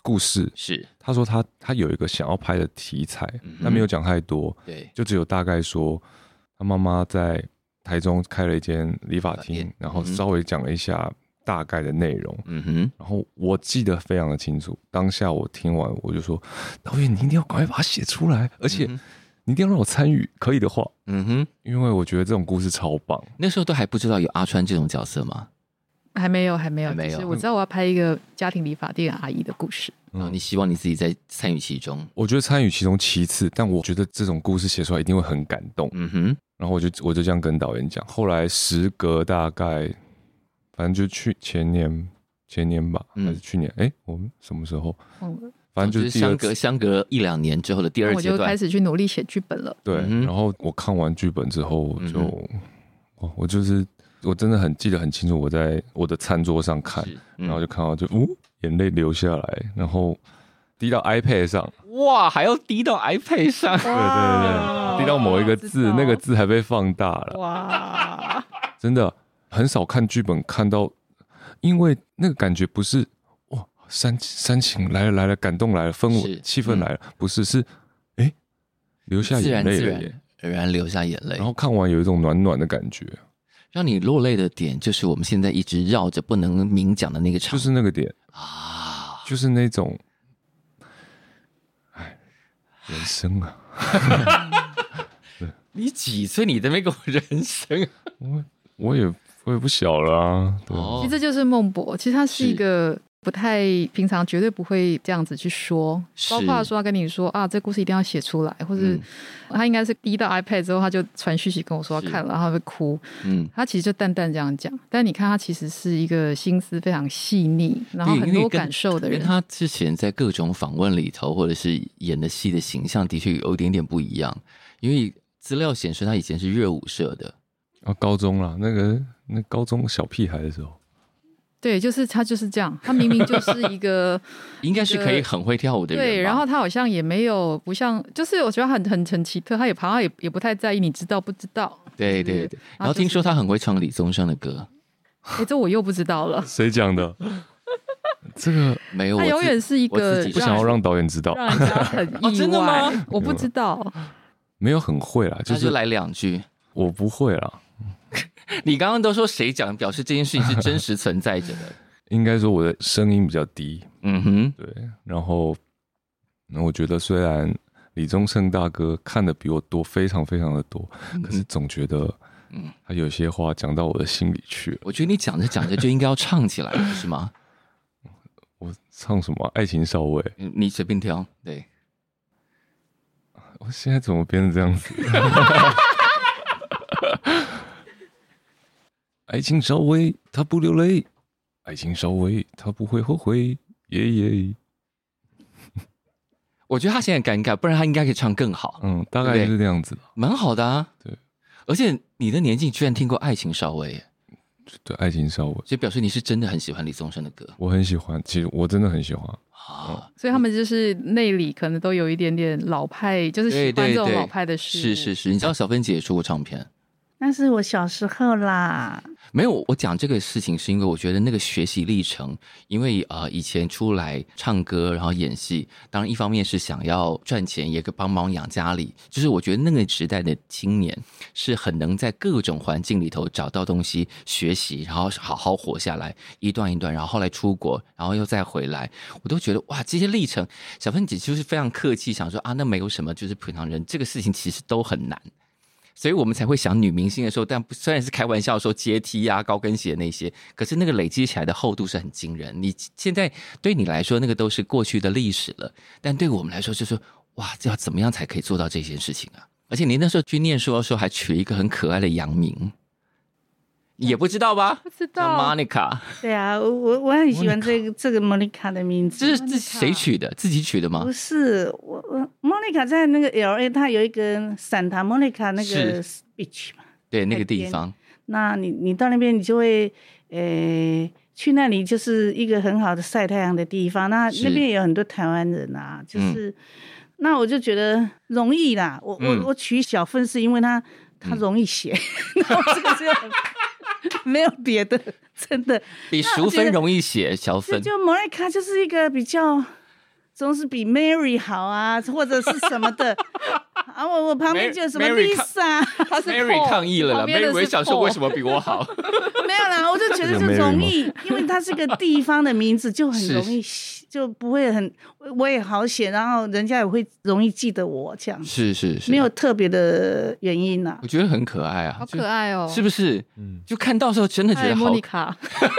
故事， 是他说他有一个想要拍的题材，但没有讲太多， 对， 就只有大概说他妈妈在台中开了一间理发厅，然后稍微讲了一下大概的内容，然后我记得非常的清楚。当下我听完我就说，导演你一定要赶快把它写出来，而且你一定要让我参与，可以的话，因为我觉得这种故事超棒。 那时候都还不知道有阿川这种角色吗？ 还没有。我知道我要拍一个家庭理发店阿姨的故事。 你希望你自己在参与其中？ 我觉得参与其中其次，但我觉得这种故事写出来一定会很感动。然后我就这样跟导演讲。后来时隔大概，反正就前年吧，还是去年？我们什么时候？反正就是相隔1-2年之后的第二阶段， 我就开始去努力写剧本了。 对，然后我看完剧本之后我真的很记得很清楚，我在我的餐桌上看，然后就看到眼泪流下来，然后滴到 iPad 上。 哇，还要滴到 iPad 上？ 对，滴到某一个字，那个字还被放大了。 哇， 真的很少看剧本看到，因为那个感觉不是哇煽情来了，感动来了，氛围气氛来了，不是流下眼泪了耶， 自然流下眼泪， 然后看完有一种暖暖的感觉。 让你落泪的点就是我们现在一直绕着不能明讲的那个场， 就是那个点啊， 就是那种，人生啊！ 你几岁？你在那边跟我人生？ 我也不小了啊。 其实这就是孟博，其实他是一个不太平常，绝对不会这样子去说，包括说他跟你说这故事一定要写出来，或者他应该是滴到 iPad 之后，他就传讯息跟我说他看了，然后他会哭。他其实就淡淡这样讲，但你看他其实是一个心思非常细腻，然后很多感受的人。 跟他之前在各种访问里头，或者是演的戏的形象，的确有一点点不一样。因为资料显示他以前是热舞社的， 高中啦，那高中小屁孩的时候。 对，他就是这样，他明明就是一个应该是可以很会跳舞的人吧。 对，然后他好像也没有不像，就是我觉得很奇特，他也不太在意你知道不知道。 对，然后听说他很会唱李宗盛的歌， 这我又不知道了。 谁讲的？这个没有， 他永远是一个不想要让导演知道， 让人家很意外。 真的吗？ 我不知道， 没有很会啦， 就来2句。 我不会啦。 你刚刚都说谁讲，表示这件事情是真实存在着的。 应该说我的声音比较低，对。然后我觉得虽然李宗盛大哥看的比我多，非常非常的多，可是总觉得，他有些话讲到我的心里去了。 我觉得你讲着讲着就应该要唱起来了，是吗？ 我唱什么？爱情少尉？ 你随便挑。对。 我现在怎么变成这样子？爱情少尉，他不流泪；爱情少尉，他不会后悔。耶。 我觉得他现在尴尬，不然他应该可以唱更好。 大概就是这样子， 蛮好的啊。 对， 而且你的年纪居然听过《爱情少尉》耶。 对，《爱情少尉》， 所以表示你是真的很喜欢李宗盛的歌。 我很喜欢，其实我真的很喜欢。 所以他们就是内里可能都有一点点老派，就是喜欢这种老派的事。 是，你知道小芬姐也出过唱片。 那是我小时候啦。 没有，我讲这个事情是因为我觉得那个学习历程，因为以前出来唱歌然后演戏，当然一方面是想要赚钱，也可以帮忙养家里，就是我觉得那个时代的青年是很能在各种环境里头找到东西学习，然后好好活下来，一段一段，然后后来出国，然后又再回来，我都觉得哇，这些历程，小芬姐就是非常客气，想说那没有什么，就是平常人这个事情其实都很难。所以我们才会想女明星的时候，但虽然是开玩笑说阶梯高跟鞋那些，可是那个累积起来的厚度是很惊人。你现在对你来说那个都是过去的历史了，但对我们来说就是哇，这要怎么样才可以做到这件事情啊？而且你那时候去念书的时候还取了一个很可爱的洋名，也不知道吧？ 不知道。 叫 Monica。 对啊，我很喜欢这个 Monica 的名字。 这是谁取的？自己取的吗？ 不是，我 Monica 在那个 LA， 它有一个 Santa Monica 那个 beach 嘛。 对，那个地方。 那你到那边，你就会去那里，就是一个很好的晒太阳的地方。那边也有很多台湾人啊，就是那我就觉得容易啦。我取小芬是因为它容易写，然后这个是没有别的，真的比淑芬容易写。小芬就 Monica 就是一个比较总是比 Mary 好啊，或者是什么的。啊，我旁边就有什么 Lisa， 他是 Mary 抗议了啦 ，Mary 想说为什么比我好？ 没有啦，我就觉得就容易，因为它是个地方的名字，就很容易，就不会很，我也好写，然后人家也会容易记得我这样。 是， 没有特别的原因啦。 我觉得很可爱啊， 好可爱哦， 是不是？就看到的时候真的觉得好。 莫妮卡。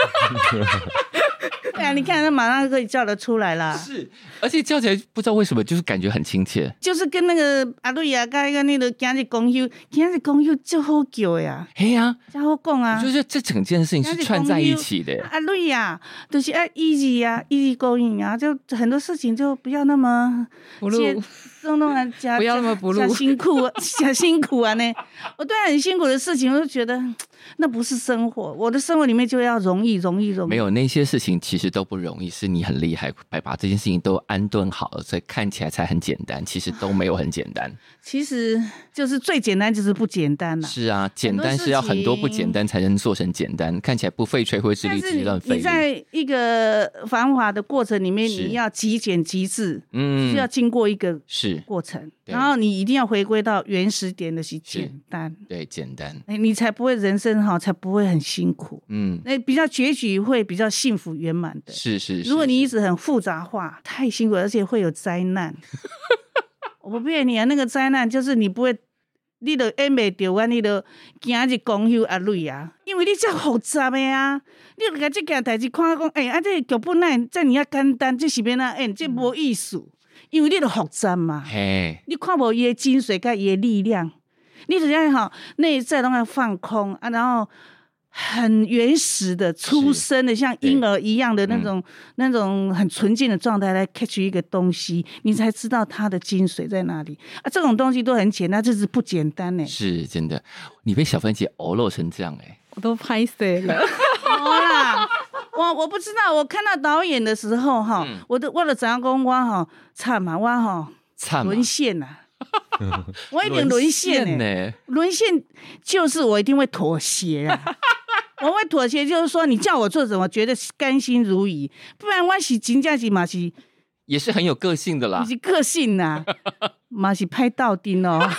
对啊，你看他马上可以叫得出来啦。 是，而且叫起来不知道为什么，就是感觉很亲切。 就是跟那个阿瑞啊，跟那个今日公休就好叫呀。 嘿呀， 真好讲啊。 我觉得这整件事情是串在一起的。 阿瑞啊，就是easy 啊 ，easy going 啊，就很多事情就不要那么不录，不要那么不录， 假辛苦啊呢。我对很辛苦的事情，我就觉得那不是生活，我的生活里面就要容易。 没有那些事情其实都不容易，是你很厉害，把这件事情都安顿好了，所以看起来才很简单，其实都没有很简单。 其实就是最简单就是不简单啦。 是啊，简单是要很多不简单才能做成简单，看起来不费吹灰之力，只是很费力。 你在一个繁华的过程里面，你要极简极致，需要经过一个过程，然后你一定要回归到原始点的是简单， 对，简单， 你才不会人生才不会很辛苦，那比较结局会比较幸福圆满的。 是， 如果你一直很复杂化，太辛苦，而且会有灾难。我不骗你啊，那个灾难就是你不会，你就演不到啊，你就今日公休阿瑞啊，因为你这复杂的啊，你就把这件代志看讲，这剧本哪这么简单，这是要哪演，这无意思，因为你就复杂嘛，你看无伊的精髓跟伊的力量，你只要内在都要放空啊，然后很原始的出生的像婴儿一样的那种很纯净的状态来 catch 一个东西，你才知道它的精髓在哪里啊！这种东西都很简单，这是不简单呢。 是真的，你被小芬姐偶漏成这样我都拍死了。 好啦，我不知道，我看到导演的时候我的怎样讲我惨嘛，我沦陷啊。我一定沦陷呢，沦陷就是我一定会妥协啊。我会妥协，就是说你叫我做什么，觉得甘心如饴，不然我是真正是嘛是也是很有个性的啦， 你是个性呐，嘛是拍到顶哦。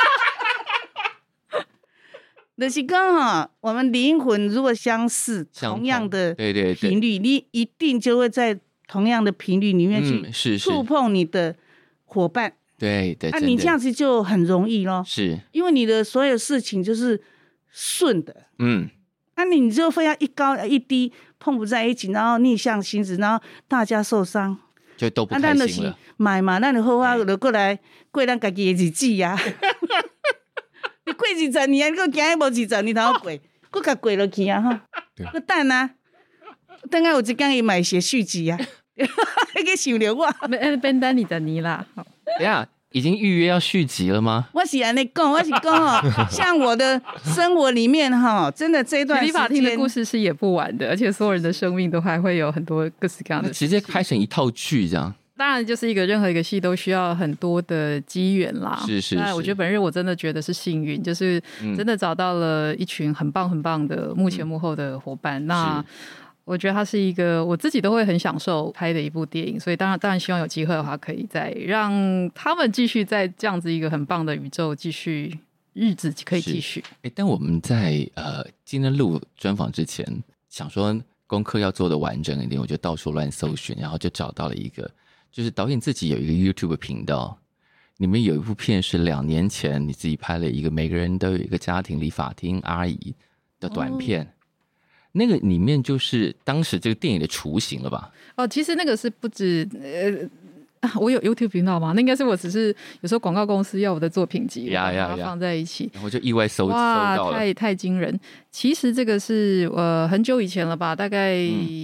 就是讲我们灵魂如果相似，同样的频率，你一定就会在同样的频率里面去触碰你的伙伴。 对， 你这样子就很容易咯， 是因为你的所有事情就是顺的，你就非要一高一低碰不在一起，然后逆向行驶，然后大家受伤， 就都不开心了。 买嘛，那你好啊，就过来过咱家己的日子啊。你过20年，你还行无20年头过，搁甲过落去啊哈，搁等啊，等下有一天伊买写续集啊，你给想着我， 变单你的你啦。 等一下。已经预约要续集了吗？ 我是这样讲，我是讲像我的生活里面真的这一段时间， 理发厅的故事是演不完的，而且所有人的生命都还会有很多各式各样的， 直接拍成一套剧这样。 当然，就是任何一个戏都需要很多的机缘啦。 是。 那我觉得本日我真的觉得是幸运，就是真的找到了一群很棒很棒的幕前幕后的伙伴。那我觉得它是一个我自己都会很享受拍的一部电影，所以当然希望有机会的话，可以再让他们继续在这样子一个很棒的宇宙继续日子可以继续。 但我们在今天录专访之前，想说功课要做的完整一点，我就到处乱搜寻，然后就找到了一个，就是导演自己有一个 YouTube 频道，里面有一部片是2年前你自己拍了一个每个人都有一个家庭理发厅阿姨的短片。那个里面就是当时这个电影的雏形了吧？ 其实那个是不止我有 YouTube 频道吗？那应该是我只是有时候广告公司要我的作品集，把它放在一起， 然后就意外搜到了， 太惊人！其实这个是很久以前了吧，大概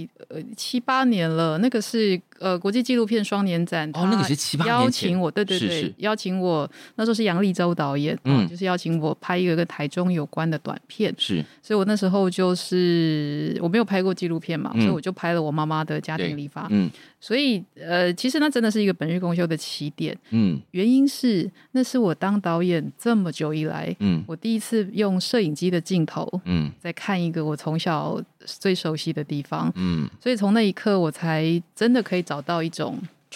7、8年了。那个是国际纪录片双年展， 那个是7、8年前邀请我，对，邀请我，那时候是杨立洲导演，就是邀请我拍一个跟台中有关的短片， 是， 所以我那时候就是我没有拍过纪录片嘛，所以我就拍了我妈妈的家庭理发，所以其实那真的是一个本日公休的起点，原因是那是我当导演这么久以来，我第一次用摄影机的镜头，在看一个我从小最熟悉的地方，所以从那一刻我才真的可以找到一种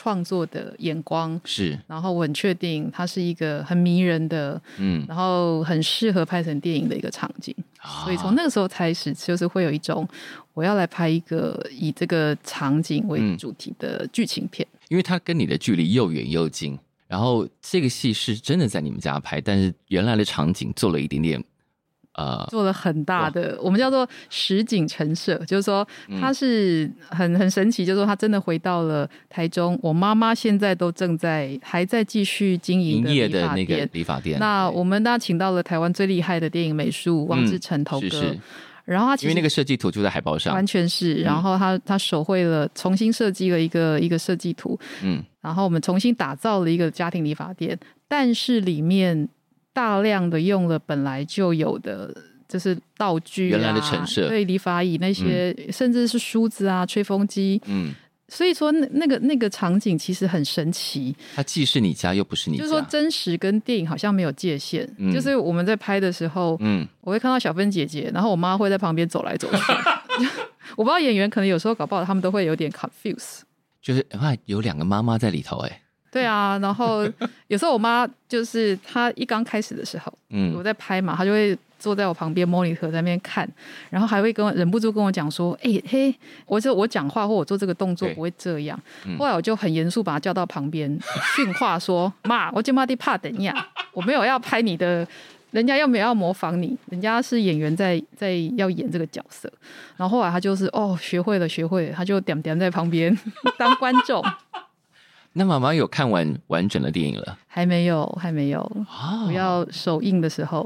创作的眼光， 是， 然后我很确定它是一个很迷人的，然后很适合拍成电影的一个场景，所以从那个时候开始，就是会有一种我要来拍一个以这个场景为主题的剧情片， 因为它跟你的距离又远又近，然后这个戏是真的在你们家拍，但是原来的场景做了一点点。 做了很大的，我们叫做实景陈设，就是说它是很神奇，就是说它真的回到了台中，我妈妈现在都还在继续经营营业的那个理发店。 那我们大家请到了台湾最厉害的电影美术王志成头哥， 是然后他其实因为那个设计图就在海报上， 完全是，然后他手绘了，重新设计了一个设计图，然后我们重新打造了一个家庭理发店，但是里面大量的用了本来就有的，就是道具原来的陈设， 对，理发椅那些，甚至是梳子啊、吹风机，所以说那个场景其实很神奇。 它既是你家又不是你家， 就是说真实跟电影好像没有界限。就是我们在拍的时候，我会看到小芬姐姐，然后我妈会在旁边走来走去。我不知道演员可能有时候搞不好他们都会有点 confuse， 就是有2个妈妈在里头哎。 对啊，然后有时候我妈就是她一刚开始的时候，我在拍嘛，她就会坐在我旁边 monitor 在那边看，然后还会忍不住跟我讲说，嘿，我讲话或我做这个动作不会这样。后来我就很严肃把她叫到旁边训话说，妈，我今妈的怕等一下，我没有要拍你的，人家又没有要模仿你，人家是演员在要演这个角色。然后后来她就是学会了，她就点在旁边当观众。 那妈妈有看完整的电影了？ 还没有，我要首映的时候。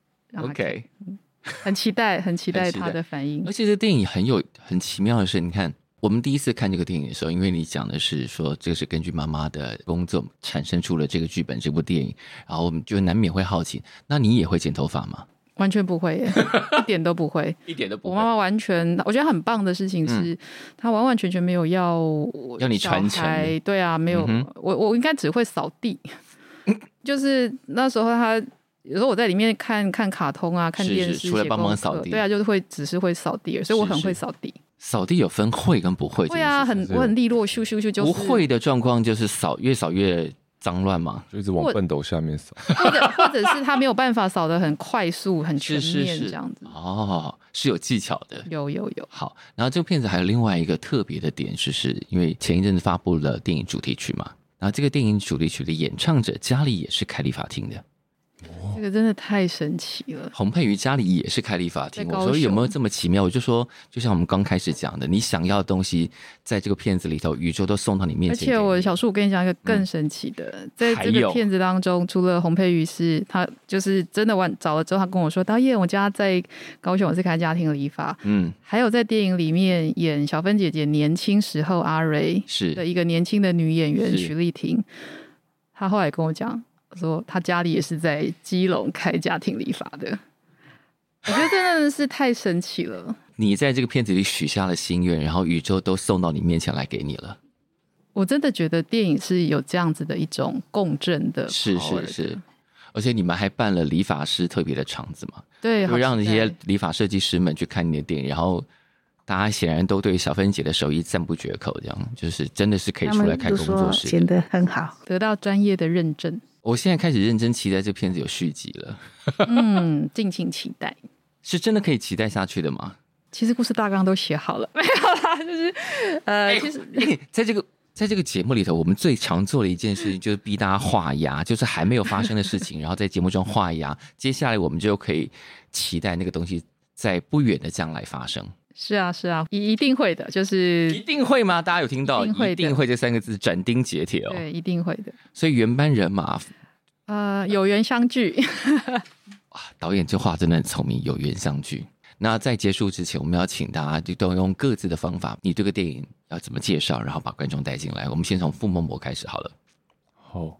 OK， 很期待他的反应。 而且这电影很奇妙的是，你看我们第一次看这个电影的时候，因为你讲的是说这个是根据妈妈的工作产生出了这个剧本这部电影，然后我们就难免会好奇，那你也会剪头发吗？ 完全不会耶，一点都不会， 一点都不会。 我妈妈完全，我觉得很棒的事情是，她完完全全没有要你传承。 对啊，没有，我应该只会扫地。就是那时候她有时候我在里面看卡通啊，看电视， 除了帮忙扫地， 对啊，就是只是会扫地，所以我很会扫地。 扫地有分会跟不会， 会啊，我很利落，咻咻咻，就是不会的状况就是越扫越脏乱嘛， 就一直往畚斗下面扫， 或者是他没有办法扫得很快速、很全面这样子。 是有技巧的。 有。 好，然后这部片子还有另外一个特别的点，就是因为前一阵子发布了电影主题曲嘛，然后这个电影主题曲的演唱者家里也是开理发厅的。 这个真的太神奇了。 洪佩瑜家里也是开理发厅，我说有没有这么奇妙？我就说，就像我们刚开始讲的，你想要的东西，在这个片子里头，宇宙都送到你面前。 而且小树，我跟你讲一个更神奇的，在这个片子当中，除了洪佩瑜是他就是真的找了之后，他跟我说，导演，我家在高雄，我是开家庭理发。还有在电影里面演小芬姐姐年轻时候阿瑞的一个年轻的女演员徐丽婷，她后来跟我讲。说他家里也是在基隆开家庭理发的，我觉得真的是太神奇了。 你在这个片子里许下了心愿，然后宇宙都送到你面前来给你了。 我真的觉得电影是有这样子的一种共振的， 是，而且你们还办了理发师特别的场子嘛？ 对， 就让那些理发设计师们去看你的电影，然后大家显然都对小芬姐的手艺赞不绝口，这样就是真的是可以出来开工作室， 剪得很好， 得到专业的认证。 我现在开始认真期待这片子有续集了。 敬请期待。 是真的可以期待下去的吗？ 其实故事大纲都写好了，没有啦，就是其实在这个节目里头，我们最常做的一件事情就是逼大家画押，就是还没有发生的事情，然后在节目中画押，接下来我们就可以期待那个东西在不远的将来发生。 是啊，一定会的，就是一定会吗？大家有听到一定会这3个字斩钉截铁哦。 对，一定会的。 所以原班人马， 有缘相聚。 哇，导演这话真的很聪明，有缘相聚。那在结束之前，我们要请大家就都用各自的方法，你这个电影要怎么介绍，然后把观众带进来。我们先从傅孟博开始好了。 好，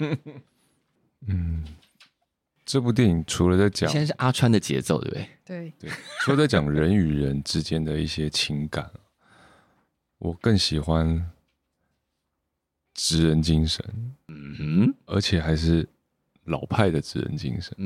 这部电影除了在讲， 现在是阿川的节奏，对不对？ 对， 除了在讲人与人之间的一些情感，我更喜欢职人精神，而且还是老派的职人精神。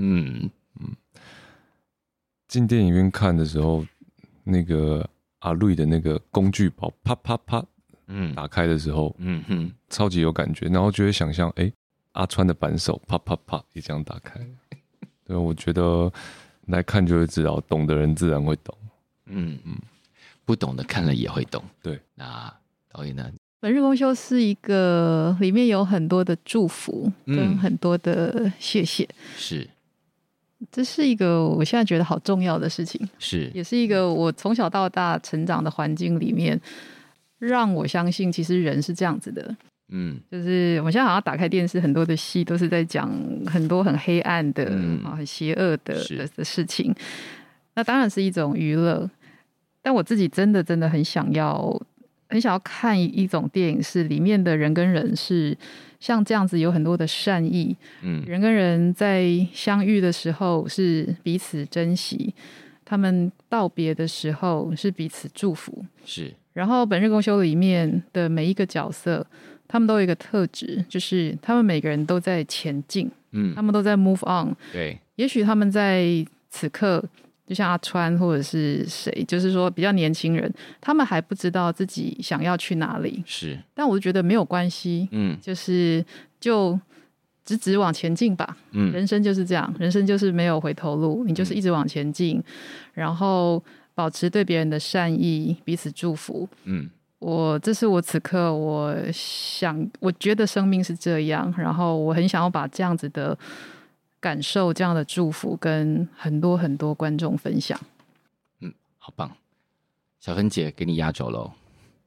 进电影院看的时候，那个阿瑞的那个工具包啪啪啪打开的时候，超级有感觉，然后就会想象，阿川的扳手啪啪啪也这样打开。对，我觉得来看就会知道，懂的人自然会懂。 不懂的看了也会懂。 对， 那导演呢？ 本日公休是一个里面有很多的祝福跟很多的谢谢， 是， 这是一个我现在觉得好重要的事情， 是， 也是一个我从小到大成长的环境里面，让我相信其实人是这样子的。就是我现在好像打开电视，很多的戏都是在讲很多很黑暗的、很邪恶的事情，那当然是一种娱乐，但我自己真的很想要看一种电影，是里面的人跟人是像这样子有很多的善意，人跟人在相遇的时候是彼此珍惜，他们道别的时候是彼此祝福， 是。然后本日公休里面的每一个角色，他们都有一个特质，就是他们每个人都在前进，他们都在 move on。 对， 也许他们在此刻，就像阿川或者是谁，就是说比较年轻人，他们还不知道自己想要去哪里， 是。 但我就觉得没有关系，就直直往前进吧。人生就是这样，人生就是没有回头路，你就是一直往前进，然后保持对别人的善意，彼此祝福。这是我此刻我觉得生命是这样，然后我很想要把这样子的感受、这样的祝福跟很多很多观众分享。 好棒！小芬姐给你压轴喽。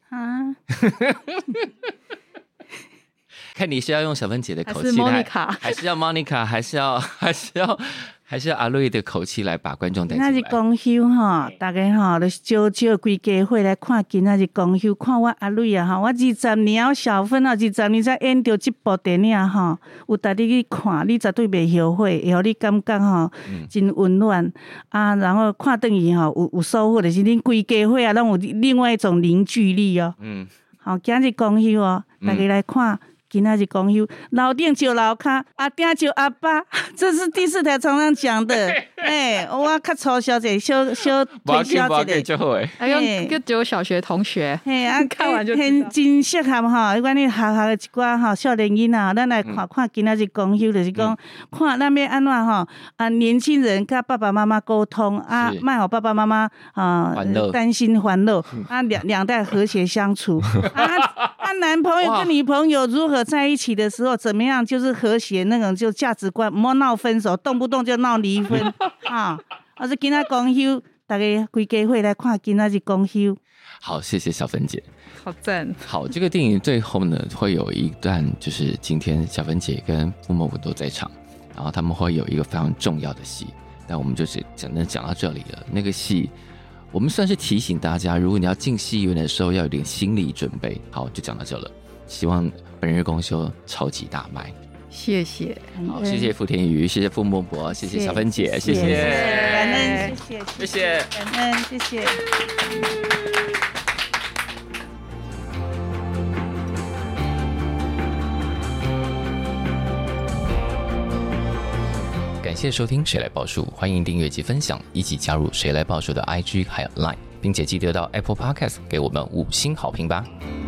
看你是要用小芬姐的口气，还是要 Monica， 还是要阿瑞的口气来把观众带进来。 今仔日公休吼，大家吼就招规家伙来看今仔日公休，看我阿瑞啊吼，我20年我小芬啊20年才演到这部电影吼，有带你去看，你绝对袂后悔，会互你感觉吼真温暖啊，然后看转去吼有收获的是恁规家伙啊，拢有另外一种凝聚力哦。好，今日公休哦，大家来看。今仔日公休，老丁就老卡，阿爹就阿爸，这是第4台常常讲的。我较粗小姐，小推销一个。 还有只有小学同学，看完就真适合哈。有关你学的一寡哈少年囡仔，咱来看今仔日公休，就是讲看咱要安怎哈年轻人跟爸爸妈妈沟通啊，卖好爸爸妈妈担心烦恼啊，两代和谐相处啊，男朋友跟女朋友如何在一起的时候怎么样，就是和谐那种就价值观，莫闹分手，动不动就闹离婚啊！是今仔公休，大家规家伙来看今仔日公休。 好，谢谢小芬姐， 好赞。 好，这个电影最后呢会有一段，就是今天小芬姐跟傅孟文都在场，然后他们会有一个非常重要的戏，但我们就是讲到这里了。那个戏我们算是提醒大家，如果你要进戏院的时候要有点心理准备。好，就讲到这了。希望本日公休超级大卖， 谢谢。 好，谢谢傅天宇，谢谢傅孟博，谢谢小芬姐，谢谢， 感恩，谢谢， 感恩，谢谢。 感谢收听《谁来报数》，欢迎订阅及分享，一起加入《谁来报数》的 IG 还有 Line， 并且记得到 Apple Podcast 给我们5星好评吧。